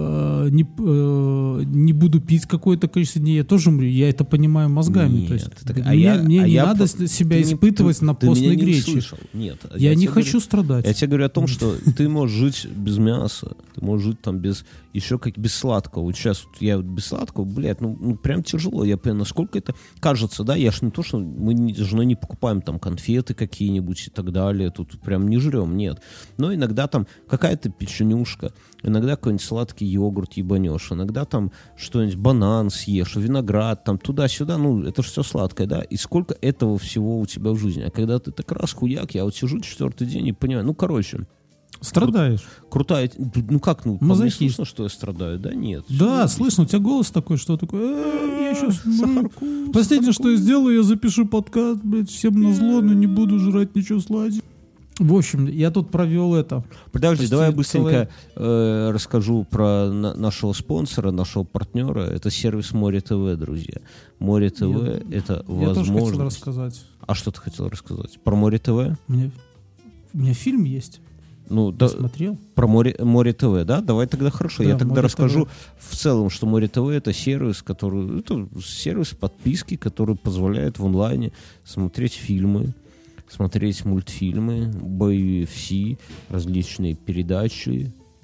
не буду пить какое-то количество дней, я тоже умру. Я это понимаю мозгами. Нет, то есть, мне не надо себя испытывать на постной гречи. Нет, я не хочу страдать. Я тебе говорю о том, что ты можешь жить без мяса, ты можешь жить там без сладкого. Вот сейчас я без сладкого, блядь, ну прям тяжело. Я понимаю, насколько это кажется, да, я ж не то, что мы с женой не покупаем там конфеты какие-нибудь и так далее, тут прям не жрем, нет. Но иногда там какая-то печенюшка, иногда какой-нибудь сладкий йогурт ебанешь, иногда там что-нибудь, банан съешь, виноград, там туда-сюда, ну, это же все сладкое, да, и сколько этого всего у тебя в жизни. А когда ты так раз хуяк, я вот сижу 4-й день и понимаю, ну, короче... Страдаешь. Крутая, ну как, ну, мне слышно, что я страдаю, да, нет. Да, слышно, у тебя голос такой, что такой, я сейчас сахарку. Последнее, что я сделаю, я запишу подкаст, блядь, всем назло, но не буду жрать ничего сладкого. В общем, я тут провел это. Подожди, давай я быстренько расскажу про нашего спонсора, нашего партнера. Это сервис Море ТВ, друзья. Море ТВ — это возможность... Я тоже хотел рассказать. А что ты хотел рассказать? Про Море ТВ? У меня фильм есть. Ну, да, смотрел? Про Море ТВ, да? Давай тогда хорошо. Да, я тогда расскажу ТВ. В целом, что Море ТВ — это сервис, сервис подписки, который позволяет в онлайне смотреть фильмы, смотреть мультфильмы, UFC, различные передачи,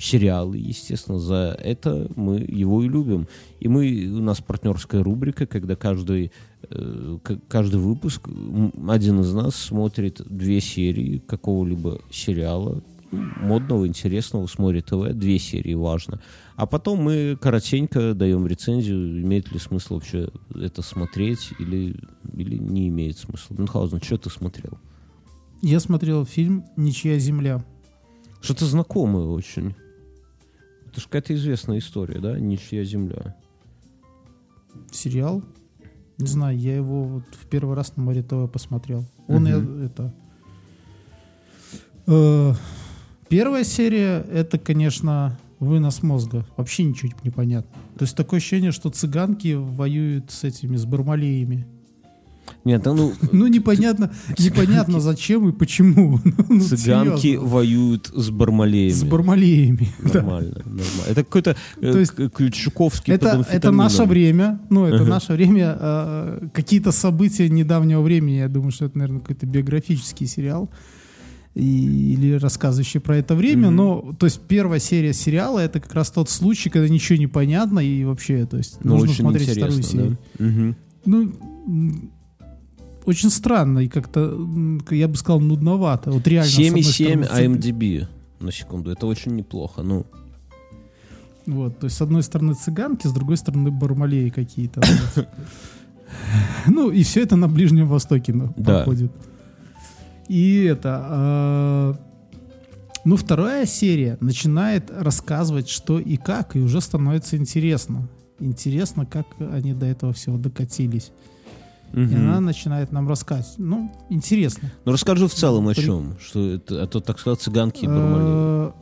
сериалы, естественно. За это мы его и любим. И у нас партнерская рубрика, когда каждый выпуск один из нас смотрит 2 серии какого-либо сериала, модного, интересного, смотрит ТВ, 2 серии, важно. А потом мы коротенько даем рецензию, имеет ли смысл вообще это смотреть или не имеет смысла. Мюнхгаузен, что ты смотрел? Я смотрел фильм «Ничья земля». Что-то знакомое очень. Это же какая-то известная история, да? «Ничья земля». Сериал? Не знаю, я его вот в первый раз на Море ТВ посмотрел. Он первая серия, это, конечно, вынос мозга. Вообще ничего не понятно. То есть такое ощущение, что цыганки воюют с бармалеями. Нет, непонятно зачем и почему. Цыганки воюют с бармалеями. С бармалеями. Нормально. Это какой-то ключуковский подамфетамин. Это наше время. Это наше время. Какие-то события недавнего времени. Я думаю, что это, наверное, какой-то биографический сериал. Или рассказывающий про это время. Но, то есть, первая серия сериала — это как раз тот случай, когда ничего не понятно и вообще, то есть, нужно смотреть вторую серию. Очень странно и как-то, я бы сказал, нудновато. Вот реально. 7,7 IMDb, на секунду. Это очень неплохо. Вот, то есть, с одной стороны цыганки, с другой стороны бармалеи какие-то. И все это на Ближнем Востоке проходит. И вторая серия начинает рассказывать, что и как, и уже становится интересно. Интересно, как они до этого всего докатились. И она начинает нам рассказывать. Интересно. Расскажи в целом о чем. Что это, а то, так сказать, цыганки и бармалеи.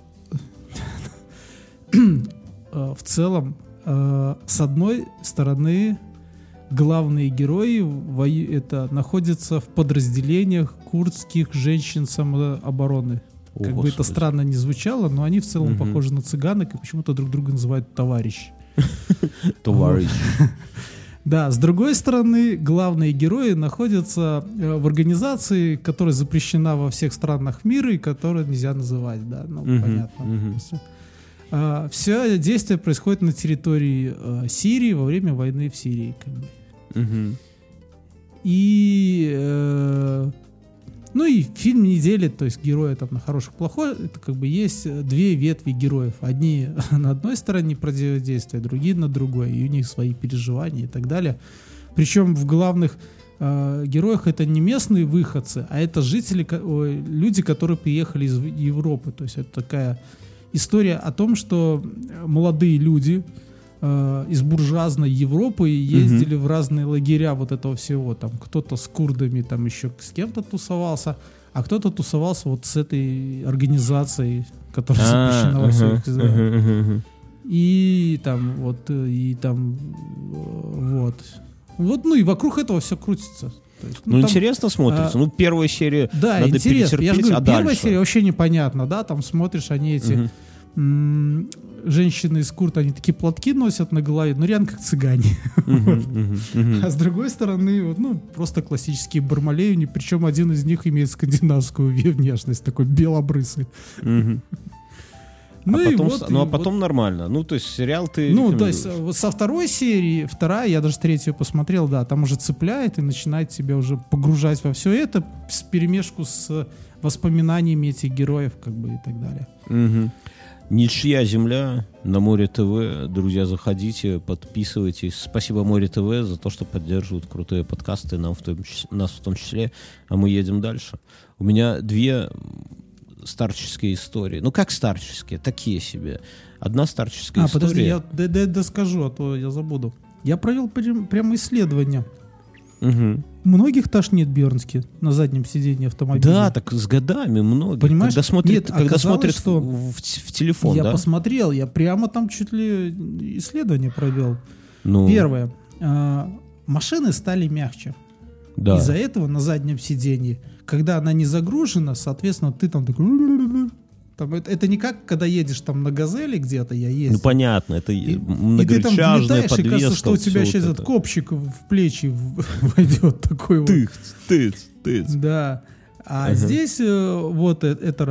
В целом, с одной стороны, главные герои находятся в подразделениях курдских женщин самообороны. Как бы это странно не звучало, но они в целом похожи на цыганок и почему-то друг друга называют товарищ. Товарищ. Да, с другой стороны, главные герои находятся в организации, которая запрещена во всех странах мира и которую нельзя называть, да, понятно. Все действие происходит на территории Сирии во время войны в Сирии, как бы. И фильм не делит, то есть герои там на хороших, плохой, это как бы есть 2 ветви героев. Одни на одной стороне противодействия, другие на другой, и у них свои переживания и так далее. Причем в главных героях это не местные выходцы, а это люди, которые приехали из Европы. То есть это такая история о том, что молодые люди из буржуазной Европы ездили в разные лагеря вот этого всего. Там кто-то с курдами, там еще с кем-то тусовался, а кто-то тусовался вот с этой организацией, которая запрещена во всех Израиле. И вокруг этого все крутится. То есть, интересно смотрится. Первая серия надо перетерпеть, я же говорю, дальше? Первая серия вообще непонятно, да, там смотришь, они эти женщины из курт, они такие платки носят на голове, реально как цыгане. А с другой стороны, просто классические бармалеи, причем один из них имеет скандинавскую внешность, такой белобрысый. Потом нормально. То есть сериал ты то есть со второй серии, я даже 3-ю посмотрел, да, там уже цепляет и начинает тебя уже погружать во все это вперемешку с воспоминаниями этих героев, как бы, и так далее. «Ничья земля» на Море ТВ. Друзья, заходите, подписывайтесь. Спасибо Море ТВ за то, что поддерживают крутые подкасты, нас в том числе. А мы едем дальше. У меня 2 старческие истории. Как старческие? Такие себе. Одна старческая история. Подожди, я доскажу, а то я забуду. Я провел прямо исследование. Многих тошнит Бёрнски на заднем сиденье автомобиля. Да, так с годами многих. Понимаешь? Когда смотрят в телефон, я посмотрел, я прямо там чуть ли исследование провел. Первое. Машины стали мягче. Да. Из-за этого на заднем сиденье, когда она не загружена, соответственно, ты там такой... Это не как, когда едешь там на «Газели» где-то, я ездил. понятно, это многорычажная подвеска. И кажется, что у тебя сейчас этот копчик в плечи войдет такой тыц. Да. А здесь это раз.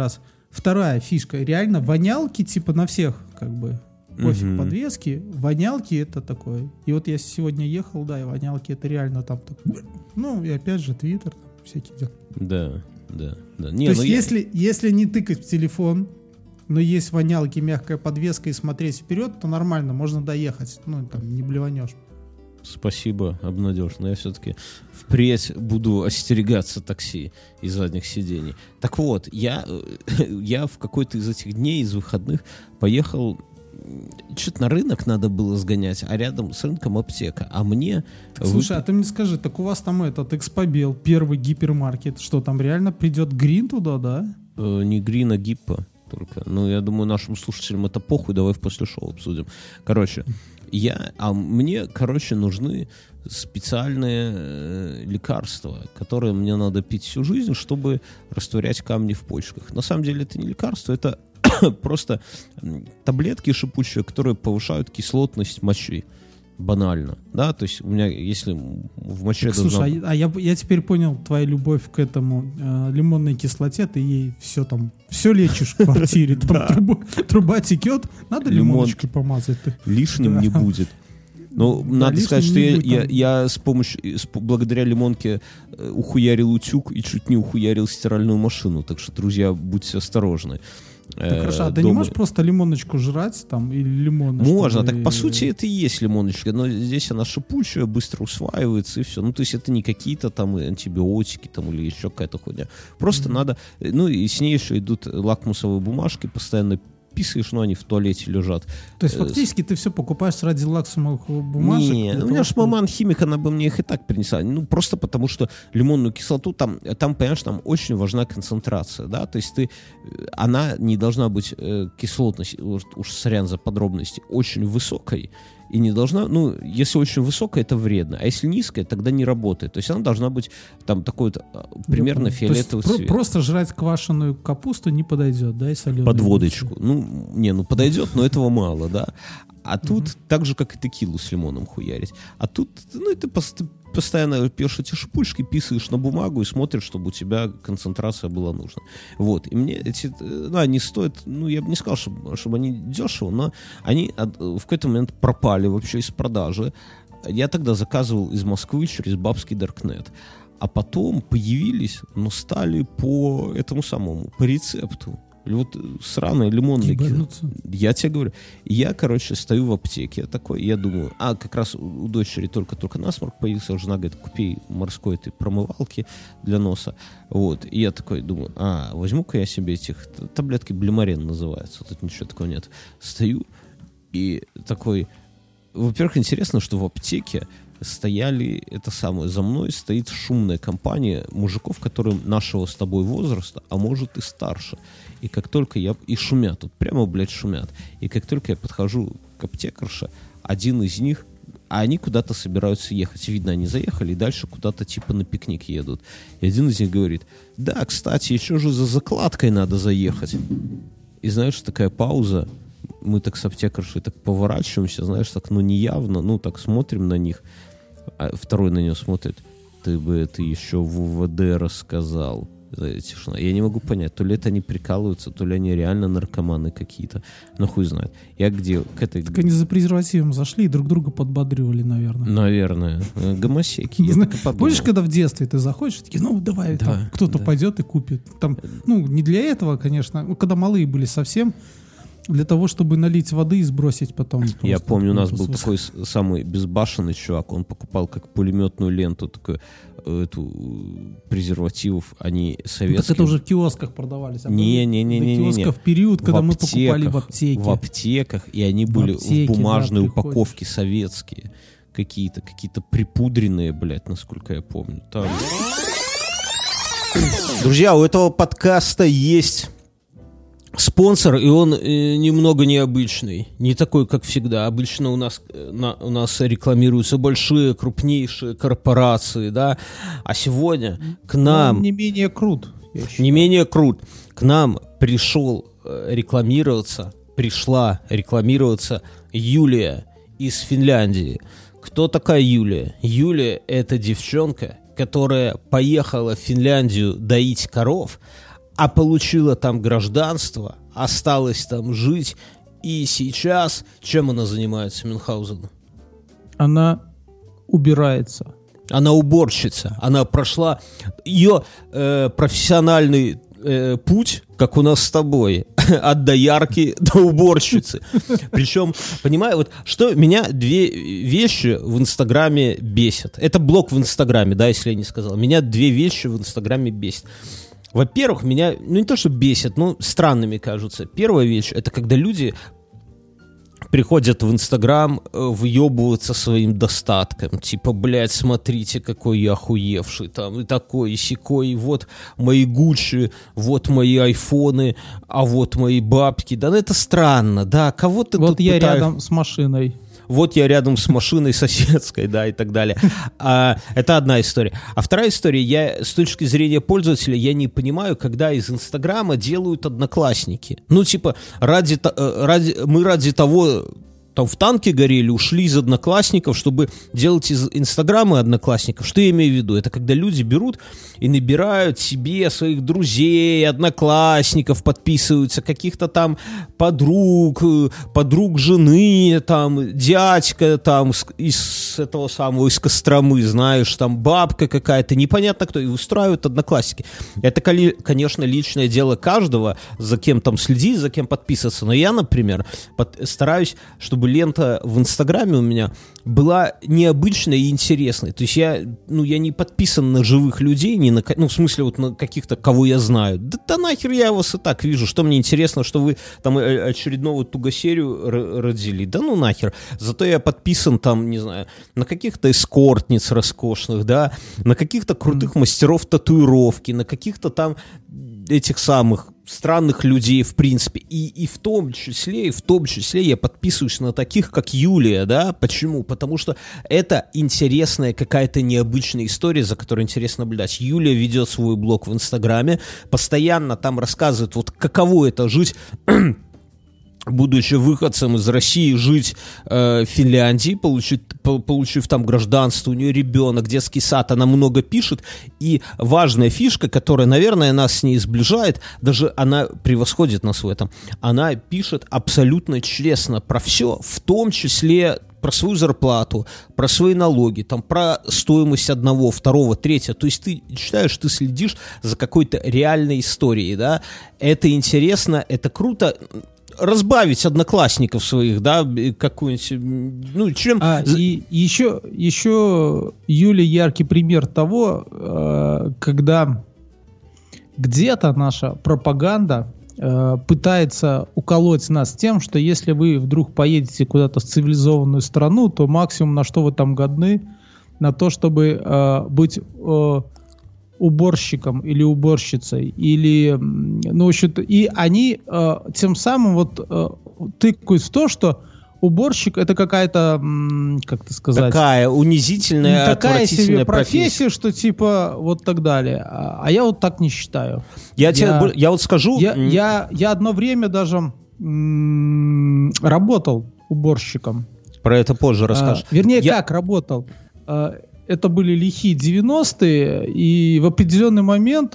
вторая фишка. Реально вонялки типа на всех как бы пофиг подвески. Вонялки это такое. И вот я сегодня ехал, да, и вонялки это реально там так. Ну, и опять же Твиттер, всякие дела. Да. Не, то есть если не тыкать в телефон, но есть вонялки, мягкая подвеска и смотреть вперед, то нормально, можно доехать. Ну, там, не блеванешь. Спасибо, обнадежно. Я все-таки впредь буду остерегаться такси и задних сидений. Так вот, я в какой-то из этих дней, из выходных, поехал. Что-то на рынок надо было сгонять, а рядом с рынком аптека. А мне... Так, слушай, а ты мне скажи, так у вас там этот Экспобел, первый гипермаркет, что там реально придет Грин туда, да? Не Грин, а Гиппо только. Ну, я думаю, нашим слушателям это похуй, давай после шоу обсудим. Короче, мне нужны специальные лекарства, которые мне надо пить всю жизнь, чтобы растворять камни в почках. На самом деле это не лекарство, это просто таблетки шипучие, которые повышают кислотность мочи. Банально, да, то есть у меня, если в моче так, должна... Слушай, я теперь понял твою любовь к этому лимонной кислоте, ты ей все лечишь в квартире, там труба текет, надо лимоночкой помазать. Лишним не будет. Но надо сказать, что я благодаря лимонке ухуярил утюг и чуть не ухуярил стиральную машину, так что, друзья, будьте осторожны. Так хорошо, а ты не можешь просто лимоночку жрать там или лимон? Можно, так по сути это и есть лимоночка, но здесь она шипучая, быстро усваивается и все. Ну то есть это не какие-то там антибиотики там или еще какая-то хуйня. Просто надо, ну и с ней еще идут лакмусовые бумажки, постоянно писаешь, но они в туалете лежат. То есть фактически ты все покупаешь ради лакмусовых бумажек? Не, у меня же мама химик, она бы мне их и так принесла. Ну, просто потому что лимонную кислоту, там, понимаешь, там очень важна концентрация, да, то есть она не должна быть кислотность, уж сорян за подробности, очень высокой, и не должна, ну, если очень высокая, это вредно, а если низкая, тогда не работает. То есть она должна быть там такой примерно фиолетовый цвет. Просто жрать квашеную капусту не подойдет, да, и соленую? Под водочку. Ну, подойдет, но этого мало, да. А тут так же, как и текилу с лимоном хуярить. А тут, ну, ты постоянно пьешь эти шипучки, писаешь на бумагу и смотришь, чтобы у тебя концентрация была нужна. Вот. И мне они стоят, ну, я бы не сказал, чтобы они дешево, но они в какой-то момент пропали вообще из продажи. Я тогда заказывал из Москвы через бабский Даркнет. А потом появились, но стали по рецепту. Вот сраная лимонная кислота. Я тебе говорю. Я, стою в аптеке такой, я думаю, как раз у дочери только насморк появился, жена говорит, купи морской этой промывалки для носа. Вот. И я такой думаю, возьму-ка я себе этих, таблетки Блемарен называются, тут ничего такого нет. Стою и такой, во-первых, интересно, что в аптеке стояли, за мной стоит шумная компания мужиков, которые нашего с тобой возраста, а может и старше. И как только и шумят, тут прямо, блядь, шумят. И как только я подхожу к аптекарше, один из них, а они куда-то собираются ехать. Видно, они заехали и дальше куда-то типа на пикник едут. И один из них говорит, да, кстати, еще же за закладкой надо заехать. И знаешь, такая пауза, мы так с аптекаршей так поворачиваемся, знаешь, так, неявно, так смотрим на них. А второй на него смотрит, ты бы это еще в УВД рассказал. Тишина. Я не могу понять, то ли это они прикалываются, то ли они реально наркоманы какие-то. Ну, хуй знает. Я где? Так они за презервативом зашли и друг друга подбодривали, наверное. Наверное. Гомосеки. Помнишь, когда в детстве ты заходишь, такие, давай, кто-то пойдет и купит. Там, не для этого, конечно. Когда малые были совсем, для того, чтобы налить воды и сбросить потом. Я помню, у нас был такой самый безбашенный чувак, он покупал как пулеметную ленту такую, презервативов, они советские. Так это уже в киосках продавались. Не. Киосков в период, когда мы покупали в аптеке. В аптеках, и они были в бумажной упаковке советские. Какие-то припудренные, блядь, насколько я помню. Там... Друзья, у этого подкаста есть... спонсор, и он немного необычный. Не такой, как всегда. Обычно у нас рекламируются большие, крупнейшие корпорации, да. А сегодня к нам... Он не менее крут. Не менее крут. К нам пришла рекламироваться Юлия из Финляндии. Кто такая Юлия? Юлия — это девчонка, которая поехала в Финляндию доить коров, а получила там гражданство, осталась там жить, и сейчас чем она занимается, Мюнхгаузен? Она убирается. Она уборщица. Она прошла ее профессиональный путь, как у нас с тобой, от доярки до уборщицы. Причем, понимаю, вот что меня две вещи в Инстаграме бесят. Это блог в Инстаграме, да, если я не сказал. Меня две вещи в Инстаграме бесят. Во-первых, меня, не то что бесит, но странными кажутся. Первая вещь, это когда люди приходят в Инстаграм въебываться своим достатком. Типа, блядь, смотрите, какой я охуевший. Там и такой, и сякой. И вот мои Гуччи, вот мои айфоны, а вот мои бабки. Да, ну это странно, да. Кого ты вот тут я пытаешь... рядом с машиной. Вот я рядом с машиной соседской, да, и так далее. Это одна история. А вторая история, я с точки зрения пользователя, я не понимаю, когда из Инстаграма делают одноклассники. Ну, типа, ради того... Там в танке горели, ушли из одноклассников, чтобы делать из Инстаграма одноклассников. Что я имею в виду? Это когда люди берут и набирают себе своих друзей, одноклассников, подписываются, каких-то там подруг жены, там, дядька там из этого самого, из Костромы, знаешь, там бабка какая-то, непонятно кто, и устраивают одноклассники. Это, конечно, личное дело каждого, за кем там следить, за кем подписываться. Но я, например, стараюсь, чтобы лента в Инстаграме у меня была необычной и интересной. То есть я не подписан на живых людей, не на, в смысле вот на каких-то, кого я знаю. Да нахер я вас и так вижу. Что мне интересно, что вы там очередного тугосерию родили. Да ну нахер. Зато я подписан там, не знаю, на каких-то эскортниц роскошных, да, на каких-то крутых мастеров татуировки, на каких-то там этих самых странных людей, в принципе. И в том числе я подписываюсь на таких, как Юлия, да? Почему? Потому что это интересная какая-то необычная история, за которой интересно наблюдать. Юлия ведет свой блог в Инстаграме, постоянно там рассказывает, вот каково это жить... будучи выходцем из России, жить в Финляндии, получив там гражданство, у нее ребенок, детский сад, она много пишет, и важная фишка, которая, наверное, нас с ней сближает, даже она превосходит нас в этом, она пишет абсолютно честно про все, в том числе про свою зарплату, про свои налоги, там, про стоимость одного, второго, третьего. То есть ты читаешь, ты следишь за какой-то реальной историей, да, это интересно, это круто. Разбавить одноклассников своих, да, какую-нибудь, чем... И еще Юля яркий пример того, когда где-то наша пропаганда пытается уколоть нас тем, что если вы вдруг поедете куда-то в цивилизованную страну, то максимум, на что вы там годны, на то, чтобы быть... уборщиком или уборщицей, или, в общем-то, и они тем самым тыкают в то, что уборщик это какая-то, как это сказать... Такая унизительная, такая себе профессия, что типа вот так далее. А я вот так не считаю. Я вот скажу... Я одно время даже работал уборщиком. Про это позже расскажешь. Как работал? Это были лихие 90-е, и в определенный момент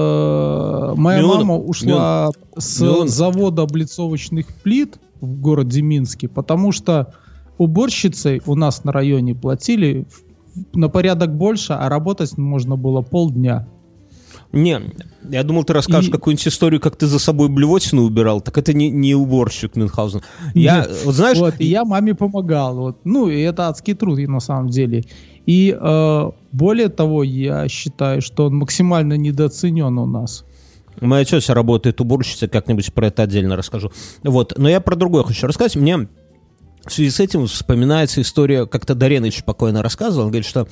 моя мама ушла с завода облицовочных плит в городе Минске, потому что уборщицей у нас на районе платили на порядок больше, а работать можно было полдня. Не, я думал, ты расскажешь какую-нибудь историю, как ты за собой блевотину убирал. Так это не уборщик, Мюнхгаузен. И я маме помогал. И это адский труд, на самом деле. И более того, я считаю, что он максимально недооценен у нас. Моя тетя работает уборщицей, как-нибудь про это отдельно расскажу. Вот. Но я про другое хочу рассказать. Мне в связи с этим вспоминается история, как-то Дареныч спокойно рассказывал. Он говорит,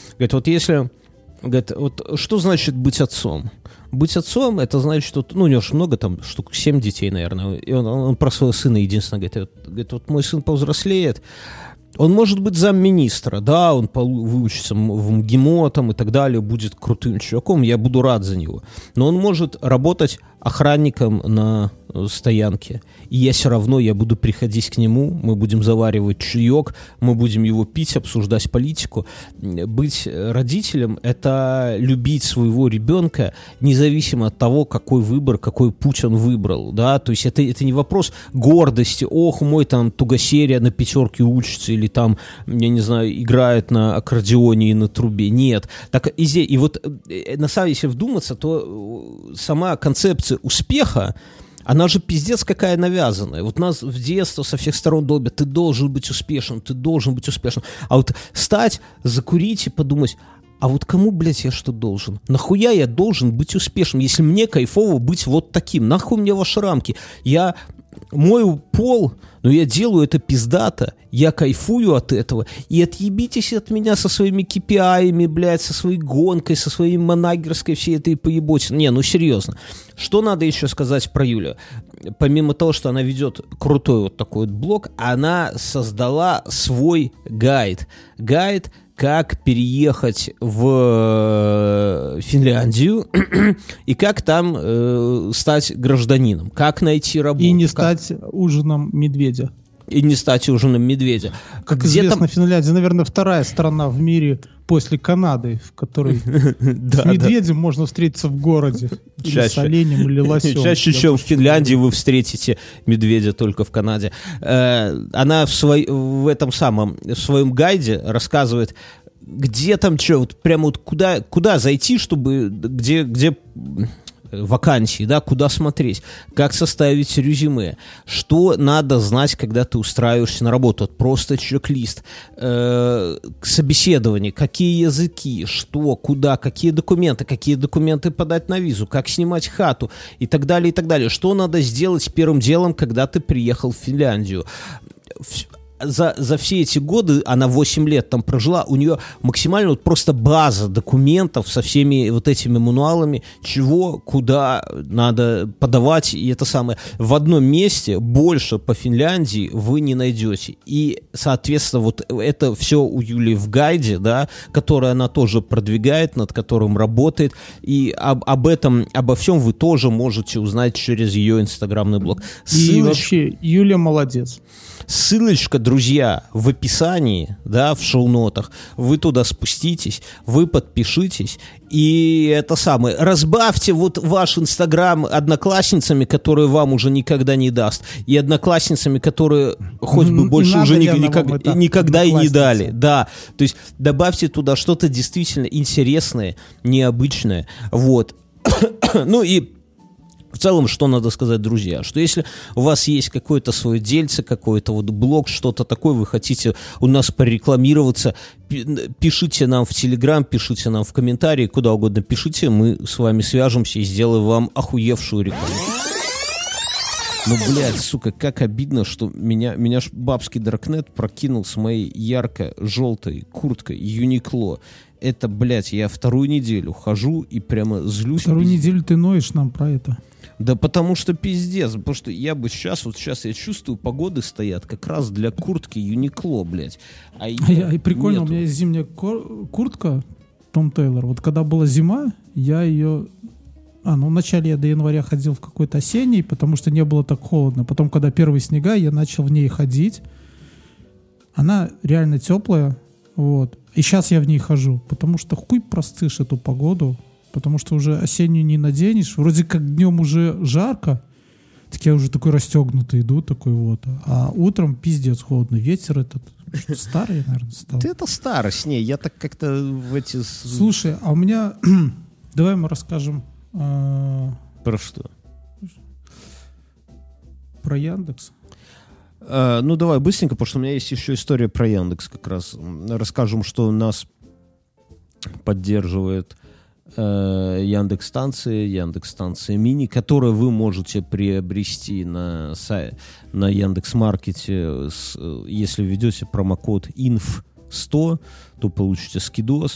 вот что значит быть отцом? Быть отцом, это значит, что... у него же много, там, штук 7 детей, наверное. И он про своего сына единственное говорит, вот мой сын повзрослеет, он может быть замминистра, да, он выучится в МГИМО там, и так далее, будет крутым чуваком, я буду рад за него. Но он может работать охранником на стоянке. И я буду приходить к нему, мы будем заваривать чаек, мы будем его пить, обсуждать политику. Быть родителем — это любить своего ребенка, независимо от того, какой выбор, какой путь он выбрал. Да? То есть это не вопрос гордости. Ох, мой там тугосерия на 5 учится, или там, я не знаю, играет на аккордеоне и на трубе. Нет. Так, и вот на самом деле, если вдуматься, то сама концепция успеха, она же пиздец какая навязанная. Вот нас в детстве со всех сторон долбят: ты должен быть успешным, ты должен быть успешным. А вот встать, закурить и подумать: а вот кому, блядь, я что должен? Нахуя я должен быть успешным, если мне кайфово быть вот таким? Нахуй мне ваши рамки? Я мою пол, но я делаю это пиздато, я кайфую от этого, и отъебитесь от меня со своими KPI-ами, блядь, со своей гонкой, со своей манагерской всей этой поеботиной. Не, ну серьезно. Что надо еще сказать про Юлю? Помимо того, что она ведет крутой вот такой вот блог, она создала свой гайд. Гайд, как переехать в Финляндию и как там стать гражданином, как найти работу. И не стать ужином медведя. И не стать ужином медведя. Как известно, Финляндия, наверное, вторая страна в мире после Канады, в которой с медведем можно встретиться в городе. Или с оленем, или лосем. Чаще, чем в Финляндии, вы встретите медведя только в Канаде. Она в своем гайде рассказывает, где там что, вот прямо вот куда зайти, чтобы, где вакансии, да, куда смотреть, как составить резюме, что надо знать, когда ты устраиваешься на работу, вот просто чек-лист, собеседование, какие языки, что, куда, какие документы подать на визу, как снимать хату и так далее, и так далее. Что надо сделать первым делом, когда ты приехал в Финляндию. За все эти годы, она 8 лет там прожила, у нее максимально вот просто база документов со всеми вот этими мануалами, чего, куда надо подавать, и это самое. В одном месте больше по Финляндии вы не найдете. И, соответственно, вот это все у Юли в гайде, да, который она тоже продвигает, над которым работает, и обо всем вы тоже можете узнать через ее инстаграмный блог. И вообще, Юля молодец. Ссылочка, друзья, в описании, да, в шоу-нотах. Вы туда спуститесь, вы подпишитесь, и это самое. Разбавьте вот ваш инстаграм одноклассницами, которые вам уже никогда не даст, и одноклассницами, которые хоть бы больше уже никогда и не дали. Да, то есть добавьте туда что-то действительно интересное, необычное. Вот. Ну и в целом, что надо сказать, друзья, что если у вас есть какое-то свое дельце, какой-то вот блог, что-то такое, вы хотите у нас порекламироваться, пишите нам в Телеграм, пишите нам в комментарии, куда угодно пишите, мы с вами свяжемся и сделаем вам охуевшую рекламу. Ну, блядь, сука, как обидно, что меня ж бабский Даркнет прокинул с моей ярко-желтой курткой Юникло. Это, блядь, я 2-ю неделю хожу и прямо злюсь. 2-ю неделю ты ноешь нам про это. Да потому что пиздец, потому что я бы сейчас я чувствую, погоды стоят как раз для куртки Юникло, блядь. И прикольно, нету. У меня есть зимняя куртка Том Тейлор. Вот когда была зима, я ее... вначале я до января ходил в какой-то осенний, потому что не было так холодно. Потом, когда первые снега, я начал в ней ходить. Она реально теплая, вот. И сейчас я в ней хожу, потому что хуй простышь эту погоду, потому что уже осеннюю не наденешь. Вроде как днем уже жарко, так я уже такой расстегнутый иду, такой вот. А утром пиздец холодно. Ветер этот, что старый, наверное, стал. Ты это старость, не, я так как-то в эти... Слушай, а у меня... Давай мы расскажем... Про что? Про Яндекс. Ну, давай быстренько, потому что у меня есть еще история про Яндекс как раз. Расскажем, что нас поддерживает Яндекс-станция Мини, которые вы можете приобрести на Яндекс.Маркете, если введете промокод INF100, то получите скидос.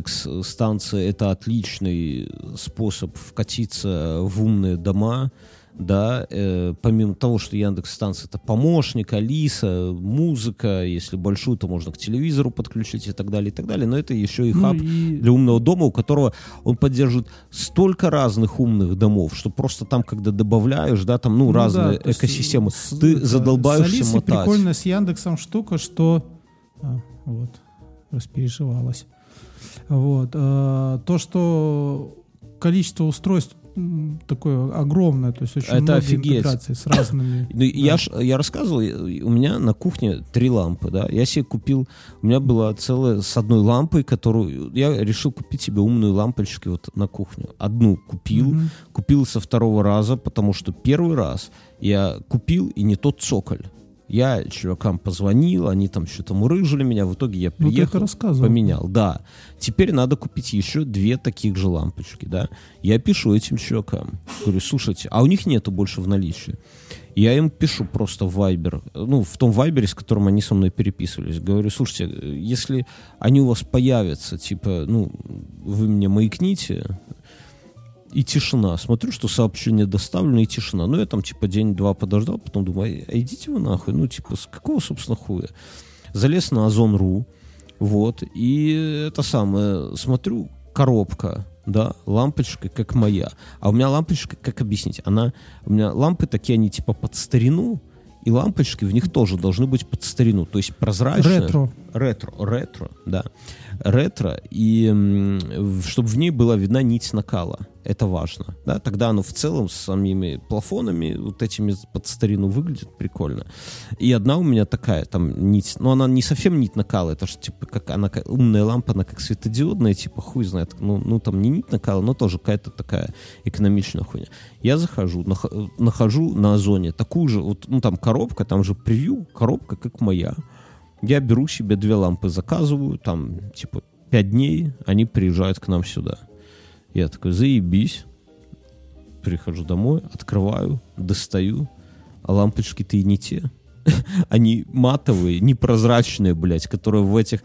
Яндекс-станция — это отличный способ вкатиться в умные дома, да, помимо того, что Яндекс.Станция — это помощник, Алиса, музыка, если большую, то можно к телевизору подключить и так далее, но это еще и хаб для умного дома, у которого он поддерживает столько разных умных домов, что просто там, когда добавляешь, да, там, разные экосистемы, ты задолбаешься мотать. Прикольно с Яндексом штука, что... вот, распереживалась. Вот. То, что количество устройств такое огромное, то есть очень это много офигеть. Интеграций с разными. Я рассказывал, у меня на кухне 3 лампы, да, я себе купил, у меня была целая с одной лампой, которую, я решил купить себе умную лампочку вот на кухню. Одну купил со 2-го раза, потому что 1-й раз я купил и не тот цоколь. Я чувакам позвонил, они там что-то мурыжили меня, в итоге я приехал, поменял. Да. Теперь надо купить еще 2 таких же лампочки, да. Я пишу этим чувакам, говорю, слушайте, а у них нету больше в наличии. Я им пишу просто в Viber, в том Viber, с которым они со мной переписывались. Говорю, слушайте, если они у вас появятся, типа, вы мне маякните, и тишина. Смотрю, что сообщение доставлено, и тишина. Я там, день-два подождал, потом думаю, а идите вы нахуй. С какого, собственно, хуя? Залез на Озон.ру, вот, и это самое, смотрю, коробка, да, лампочка, как моя. А у меня лампочка, как объяснить? У меня лампы такие, они под старину, и лампочки в них тоже должны быть под старину, то есть прозрачные. Ретро, да. Ретро, и чтобы в ней была видна нить накала. Это важно, да. Тогда оно в целом с самими плафонами вот этими под старину выглядит прикольно. И одна у меня такая, там, нить, она не совсем нить накала, это же, как она, умная лампа, она как светодиодная, хуй знает, там не нить накала, но тоже какая-то такая экономичная хуйня. Я захожу, нахожу на Озоне такую же, там коробка, там же превью, коробка как моя. Я беру себе 2 лампы, заказываю, там, 5 дней, они приезжают к нам сюда. Я такой, заебись. Прихожу домой, открываю, достаю, а лампочки-то и не те. Они матовые, непрозрачные, блядь, которые в этих,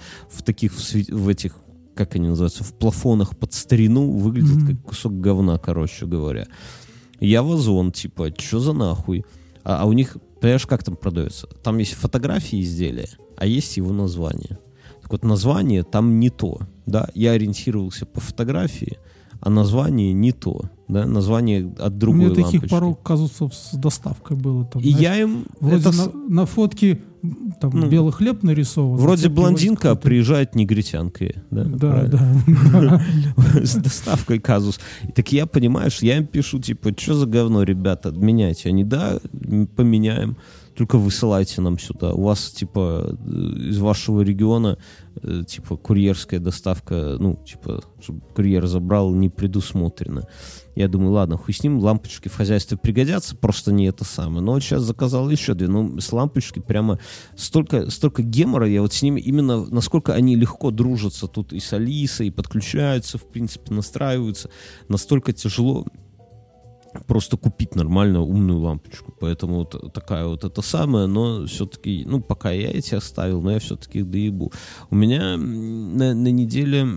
как они называются, в плафонах под старину выглядят как кусок говна, короче говоря. Я в Озон, что за нахуй? А у них, понимаешь, как там продается? Там есть фотографии изделия, а есть его название. Так вот, название там не то, да? Я ориентировался по фотографии, а название не то, да? Название от другой лампочки. У меня таких пару казусов с доставкой было. Там, и я им... Вроде на фотке там белый хлеб нарисован. Вроде блондинка, а приезжает негритянка. Да. С доставкой казус. Так я, понимаешь, я им пишу, что за говно, ребята, меняйте. Они, да, поменяем. Только высылайте нам сюда. У вас, из вашего региона, курьерская доставка, чтобы курьер забрал, не предусмотрено. Я думаю, ладно, хуй с ним, лампочки в хозяйстве пригодятся, просто не это самое. Но сейчас заказал еще 2. С лампочки прямо столько гемора, я с ними именно, насколько они легко дружатся тут и с Алисой, и подключаются, в принципе, настраиваются, настолько тяжело просто купить нормальную умную лампочку. Поэтому такая это самое, но все-таки, пока я эти оставил, но я все-таки их доебу. У меня на неделе,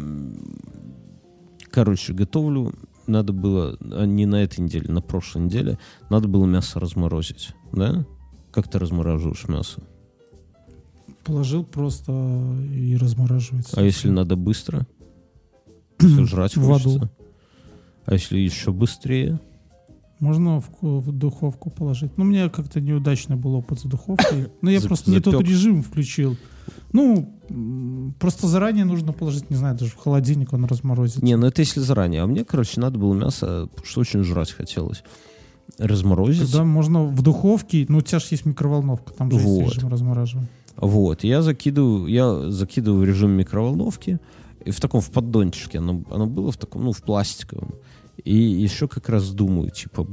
готовлю, надо было, не на этой неделе, на прошлой неделе, надо было мясо разморозить, да? Как ты размораживаешь мясо? Положил просто и размораживается. А если надо быстро? Если жрать хочется? Воду. А если еще быстрее? Можно в духовку положить. Мне как-то неудачно был опыт с духовкой. Но я просто не тот режим включил. Просто заранее нужно положить, не знаю, даже в холодильник он разморозится. Не, это если заранее. А мне, надо было мясо, потому что очень жрать хотелось. Разморозить. Тогда можно в духовке, у тебя же есть микроволновка, там же есть режим размораживания. Вот, я закидываю в режим микроволновки, и в поддончике, оно было в таком, в пластиковом. И еще как раз думаю,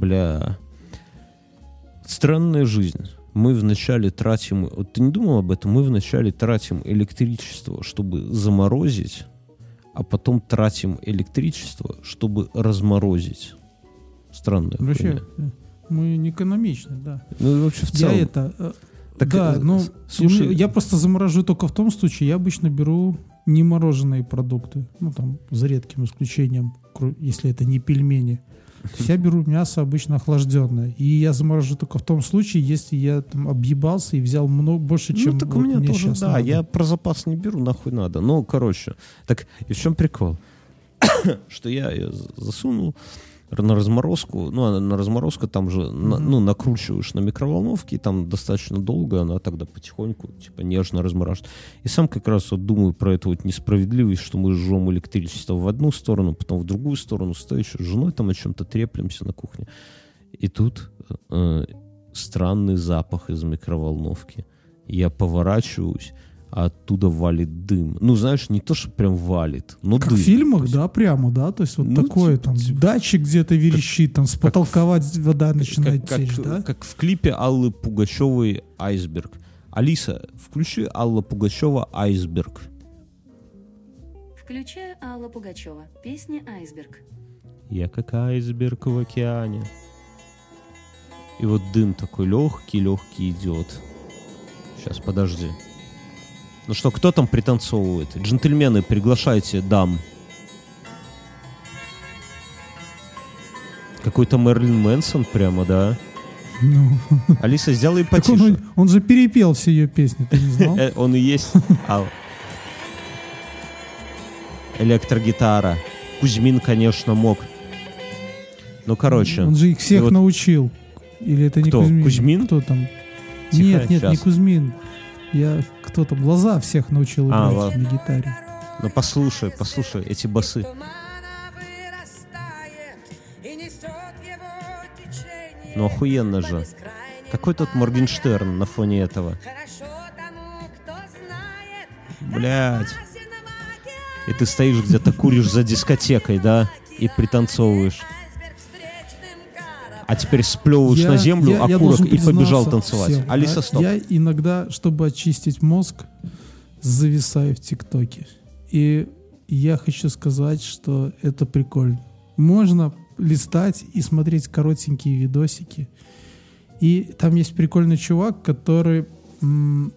странная жизнь. Мы вначале тратим... ты не думал об этом? Мы вначале тратим электричество, чтобы заморозить, а потом тратим электричество, чтобы разморозить. Странная вообще, мы не экономичны, да. Вообще в целом... Слушай, я просто замораживаю только в том случае, я обычно беру немороженые продукты, за редким исключением, если это не пельмени. Я беру мясо обычно охлажденное. И я замораживаю только в том случае, если я там объебался и взял больше, чем так у меня мне тоже, сейчас да, надо. Я про запас не беру, нахуй надо. Ну, короче, так и в чем прикол? Что я ее засунул на разморозку, а на разморозку там же, накручиваешь на микроволновке, и там достаточно долго она тогда потихоньку, типа, нежно размораживает. И сам как раз вот думаю про эту вот несправедливость, что мы жжем электричество в одну сторону, потом в другую сторону, стоишь с женой там о чем-то треплемся на кухне. И тут странный запах из микроволновки. Я поворачиваюсь, а оттуда валит дым. Ну, знаешь, не то, что прям валит, но как дым. В фильмах, да, прямо, да? То есть вот такое там датчик где-то верещит, там с потолка вода начинает течь, да? Как в клипе Аллы Пугачевой «Айсберг». Алиса, включи Алла Пугачева «Айсберг». Включаю Алла Пугачева. Песня «Айсберг». Я как айсберг в океане. И вот дым такой легкий идет. Сейчас, подожди. Ну что, кто там пританцовывает? Джентльмены, приглашайте дам. Какой-то Мерлин Мэнсон прямо, да? Ну. Алиса, сделай потише. Он же перепел все ее песни, ты не знал? Он и есть. Электрогитара. Кузьмин, конечно, мог. Ну, короче. Он же их всех научил. Или это не Кузьмин? Кузьмин? Кто там? Тихо, нет, не Кузьмин. Кто там? Глаза всех научил играть на гитаре. Ну, послушай эти басы. Ну, охуенно же. Какой тут Моргенштерн на фоне этого? Блядь. И ты стоишь где-то, куришь за дискотекой, да? И пританцовываешь. А теперь сплевываешь на землю окурок и побежал танцевать. Всем, Алиса, стоп. Я иногда, чтобы очистить мозг, зависаю в ТикТоке. И я хочу сказать, что это прикольно. Можно листать и смотреть коротенькие видосики. И там есть прикольный чувак, который на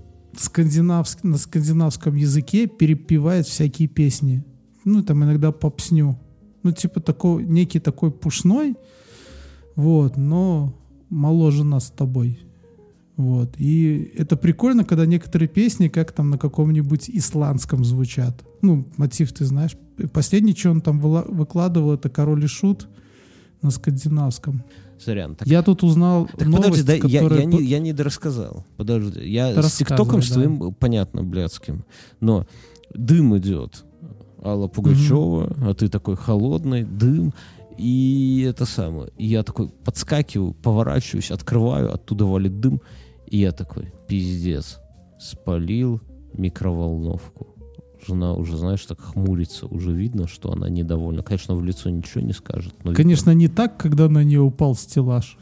скандинавском языке перепевает всякие песни. Ну, там иногда попсню. Ну, типа некий такой пушной, вот, но моложе нас с тобой. Вот. И это прикольно, когда некоторые песни как там на каком-нибудь исландском звучат. Ну, мотив ты знаешь. Последний, что он там выкладывал, это «Король и Шут» на скандинавском. Сорян. Так... Я тут узнал так, новость, подожди, которая... я не дорассказал. Подожди. Я с ТикТоком с твоим, понятно, блядским. Но дым идет. Алла Пугачева, а ты такой холодный, дым. И это самое. И я такой подскакиваю, поворачиваюсь, открываю, оттуда валит дым. И я такой, пиздец, спалил микроволновку. Жена уже, знаешь, так хмурится. Уже видно, что она недовольна. Конечно, в лицо ничего не скажет. Но конечно, не так, когда на нее упал стеллаж.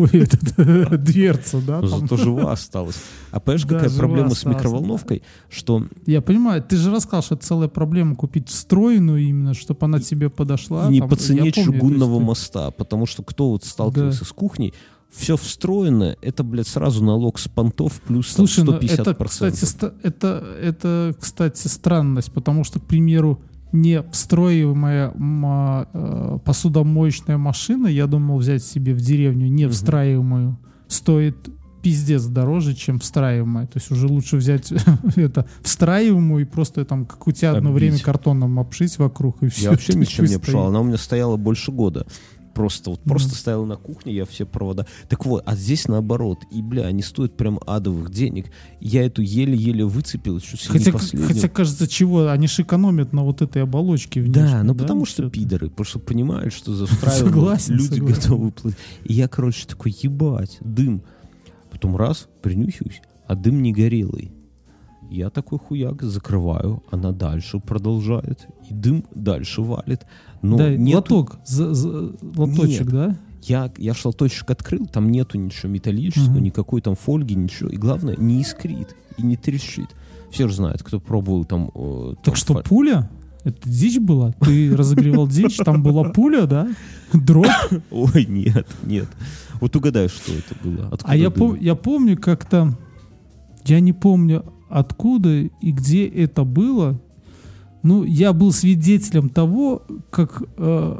Дверца, да? Зато жива осталась. А понимаешь, какая проблема с микроволновкой? Что... Я понимаю, ты же рассказал, что это целая проблема купить встроенную именно, чтобы она тебе подошла. И не по цене чугунного моста. Потому что кто вот сталкивался с кухней, все встроено, это, блядь, сразу налог с понтов плюс там, 150%. Это, кстати, странность, потому что, к примеру, не встроиваемая посудомоечная машина, я думал взять себе в деревню не встраиваемую, стоит пиздец дороже, чем встраиваемая. То есть уже лучше взять это встраиваемую и просто там, как у тебя одно время картоном обшить вокруг, и все. Я вообще ничем не обшивал, она у меня стояла больше года. Просто стояла на кухне, я все провода. Так вот, а здесь наоборот. И, бля, они стоят прям адовых денег. Я эту еле-еле выцепил. Хотя, кажется, чего? Они же экономят на вот этой оболочке внешней. Да, ну потому что пидоры. Потому что понимают, что за встраивание люди готовы платить. И я, короче, такой, ебать, дым. Потом раз, принюхиваюсь, а дым не горелый. Я такой хуяк закрываю, она дальше продолжает, и дым дальше валит. Но да, нету... лоточек, нет. Да? Я шелточек открыл, там нету ничего металлического, никакой там фольги, ничего. И главное, не искрит и не трещит. Все же знают, кто пробовал там... Так что пуля? Это дичь была? Ты разогревал дичь, там была пуля, да? Дроп? Ой, нет. Вот угадай, что это было. А я помню как-то... Я не помню, откуда и где это было. Ну, я был свидетелем того, как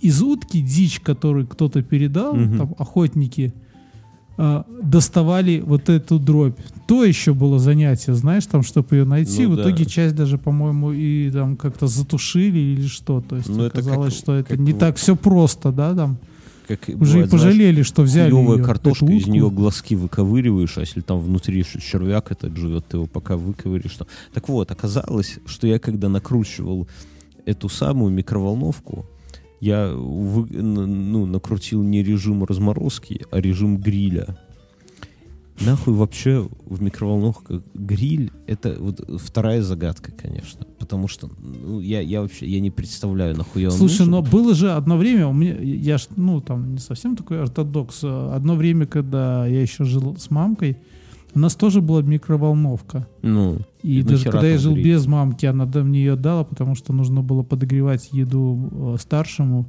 из утки дичь, которую кто-то передал, там, охотники, доставали вот эту дробь. То еще было занятие, знаешь, там, чтобы ее найти. В итоге часть даже, по-моему, и там как-то затушили или что. То есть оказалось, что это не так все просто, да, там. Как уже бывает, и пожалели, знаешь, что взяли клевая картошка, из нее глазки выковыриваешь, а если там внутри червяк этот живет, ты его пока выковыришь. Так вот, оказалось, что я когда накручивал эту самую микроволновку, я накрутил не режим разморозки, а режим гриля. Нахуй вообще в микроволновках гриль — это вот вторая загадка, конечно. Потому что я вообще не представляю, нахуя он Слушай, нужен. но было же одно время, у меня, я ж, там не совсем такой ортодокс. Одно время, когда я еще жил с мамкой, у нас тоже была микроволновка. И даже когда я жил без мамки, она мне ее дала, потому что нужно было подогревать еду старшему.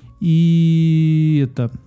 И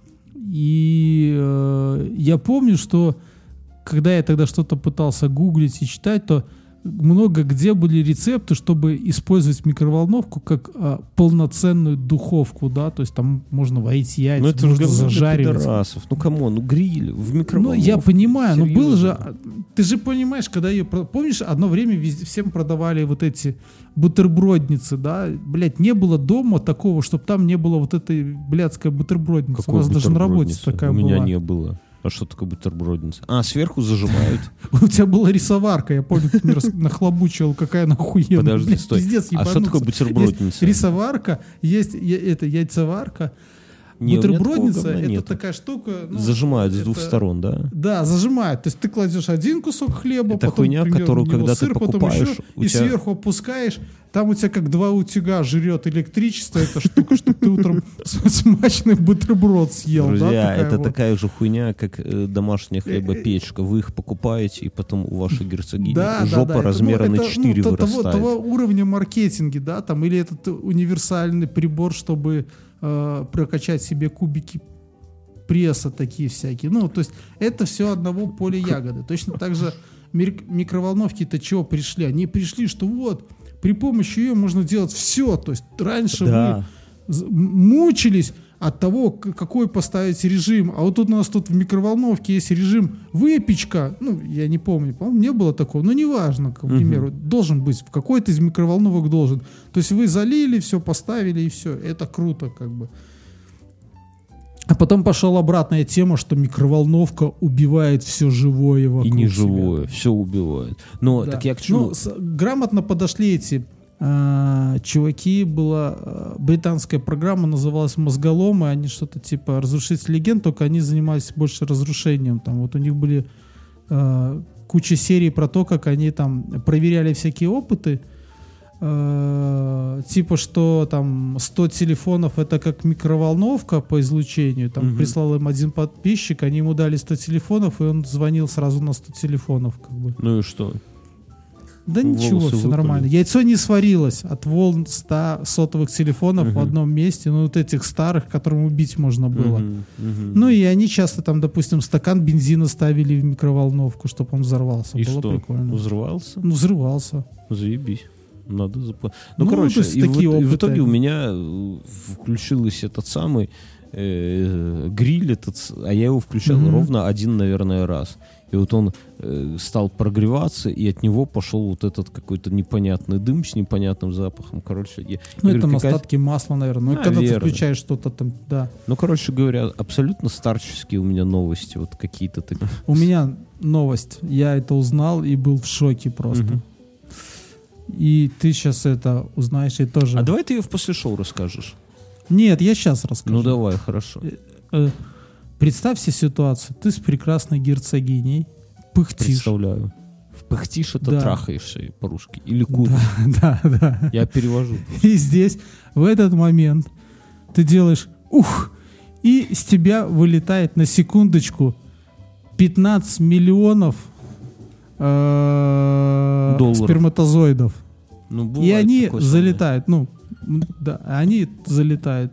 я помню, что когда я тогда что-то пытался гуглить и читать, то много где были рецепты, чтобы использовать микроволновку как полноценную духовку, да, то есть там можно варить яйца, это можно зажаривать. Гриль в микроволновке. Я понимаю, но было же, ты же понимаешь, когда ее, помнишь, одно время всем продавали вот эти бутербродницы, да, блядь, не было дома такого, чтобы там не было вот этой блядской бутербродницы. Какой у нас даже на работе такая была. У меня не было. А что такое бутербродница? Сверху зажимают. У тебя была рисоварка, я помню, ты мне нахлобучивал, какая нахуенная. Подожди, стой. А что такое бутербродница? Есть рисоварка, есть яйцеварка. Бутербродница — это такая штука... Зажимают с двух сторон, да? Да, зажимают. То есть ты кладешь один кусок хлеба, это потом, хуйня, которую, когда сыр, ты покупаешь... и сверху опускаешь. Там у тебя как два утюга жрет электричество, эта штука, чтобы ты утром смачный бутерброд съел. Друзья, это такая же хуйня, как домашняя хлебопечка. Вы их покупаете, и потом у вашей герцогини жопа размера на 4 вырастает. Того уровня маркетинга, да, там, или этот универсальный прибор, чтобы прокачать себе кубики пресса такие всякие. То есть это все одного поля ягоды. Точно так же микроволновки-то чего пришли? Они пришли, что вот при помощи ее можно делать все. То есть раньше вы мучились от того, какой поставить режим. А вот тут у нас в микроволновке есть режим выпечка. Я не помню, по-моему, не было такого. Но неважно, к примеру, должен быть. В какой-то из микроволновок должен. То есть вы залили, все поставили, и все. Это круто, как бы. А потом пошла обратная тема, что микроволновка убивает все живое вокруг. И не живое, все убивает. Но так я к чему? Грамотно подошли эти чуваки, была британская программа, называлась «Мозголомы», они что-то типа «Разрушитель легенд», только они занимались больше разрушением. Там вот у них были куча серий про то, как они там проверяли всякие опыты, типа что там 100 телефонов это как микроволновка по излучению. Там прислал им один подписчик, они ему дали 100 телефонов, и он звонил сразу на 100 телефонов, как бы. Ну и что? Да ничего, все выпали. Нормально. Яйцо не сварилось от волн 100 сотовых телефонов в одном месте, вот этих старых, которым убить можно было. И они часто там, допустим, стакан бензина ставили в микроволновку, чтобы он взорвался. И было что? Прикольно. Взрывался? Взрывался. Заебись. Надо заплатить. Короче, и в итоге у меня включился этот самый гриль этот, а я его включал ровно один, наверное, раз. И вот он стал прогреваться, и от него пошел вот этот какой-то непонятный дым с непонятным запахом. Короче, это остатки масла, наверное. Когда ты включаешь что-то там, да. Короче говоря, абсолютно старческие у меня новости, вот какие-то такие. У меня новость. Я это узнал и был в шоке просто. И ты сейчас это узнаешь и тоже. А давай ты ее после шоу расскажешь. Нет, я сейчас расскажу. Давай, хорошо. Представь себе ситуацию. Ты с прекрасной герцогиней пыхтишь. Представляю. Пыхтишь — это трахаешься по-русски. Или куришь. Да. Я перевожу. И здесь, в этот момент, ты делаешь ух, и с тебя вылетает на секундочку 15 миллионов сперматозоидов. И они залетают. Они залетают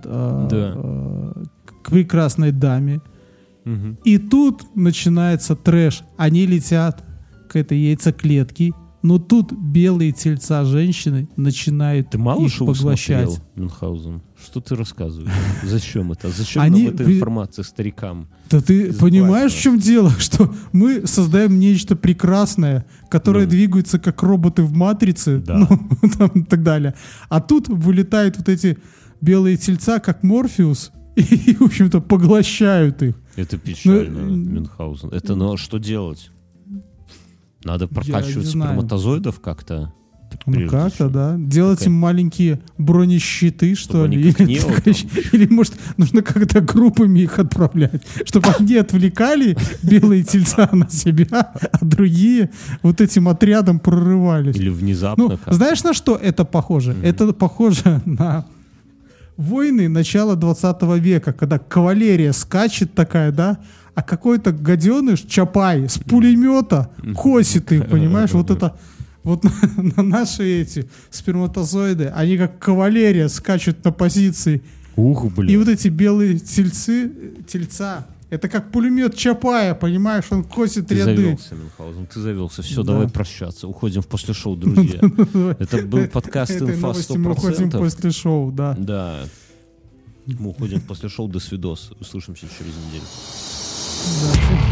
к прекрасной даме. И тут начинается трэш. Они летят к этой яйцеклетке Но тут белые тельца женщины начинают ты мало их поглощать. Смотрел, Мюнхгаузен? Что ты рассказываешь? Зачем это? Зачем нам эта информация старикам? Да ты понимаешь, в чем дело? Что мы создаем нечто прекрасное, которое двигается как роботы в «Матрице», там, и так далее. А тут вылетают вот эти белые тельца, как Морфеус, и, в общем-то, поглощают их. Это печально, Мюнхгаузен. Это что делать? Надо прокачивать сперматозоидов как-то. Ну как-то, да. Делать им маленькие бронещиты, что ли. Или, может, нужно как-то группами их отправлять, чтобы они отвлекали белые тельца на себя, а другие вот этим отрядом прорывались. Или внезапно. Знаешь, на что это похоже? Это похоже на войны начала 20 века, когда кавалерия скачет такая, да, а какой-то гаденыш, Чапай, с пулемета косит их, понимаешь? Вот это, вот на наши эти сперматозоиды, они как кавалерия скачут на позиции. Ух, блин. И вот эти белые тельца, это как пулемет Чапая, понимаешь? Он косит ряды. Ты завелся, Мюнхгаузен, ты завелся. Все, давай прощаться. Уходим в после шоу, друзья. Это был подкаст «Инфа 100%». Мы уходим после шоу, да. Да. Мы уходим после шоу. До свидос. Услышимся через неделю. Да.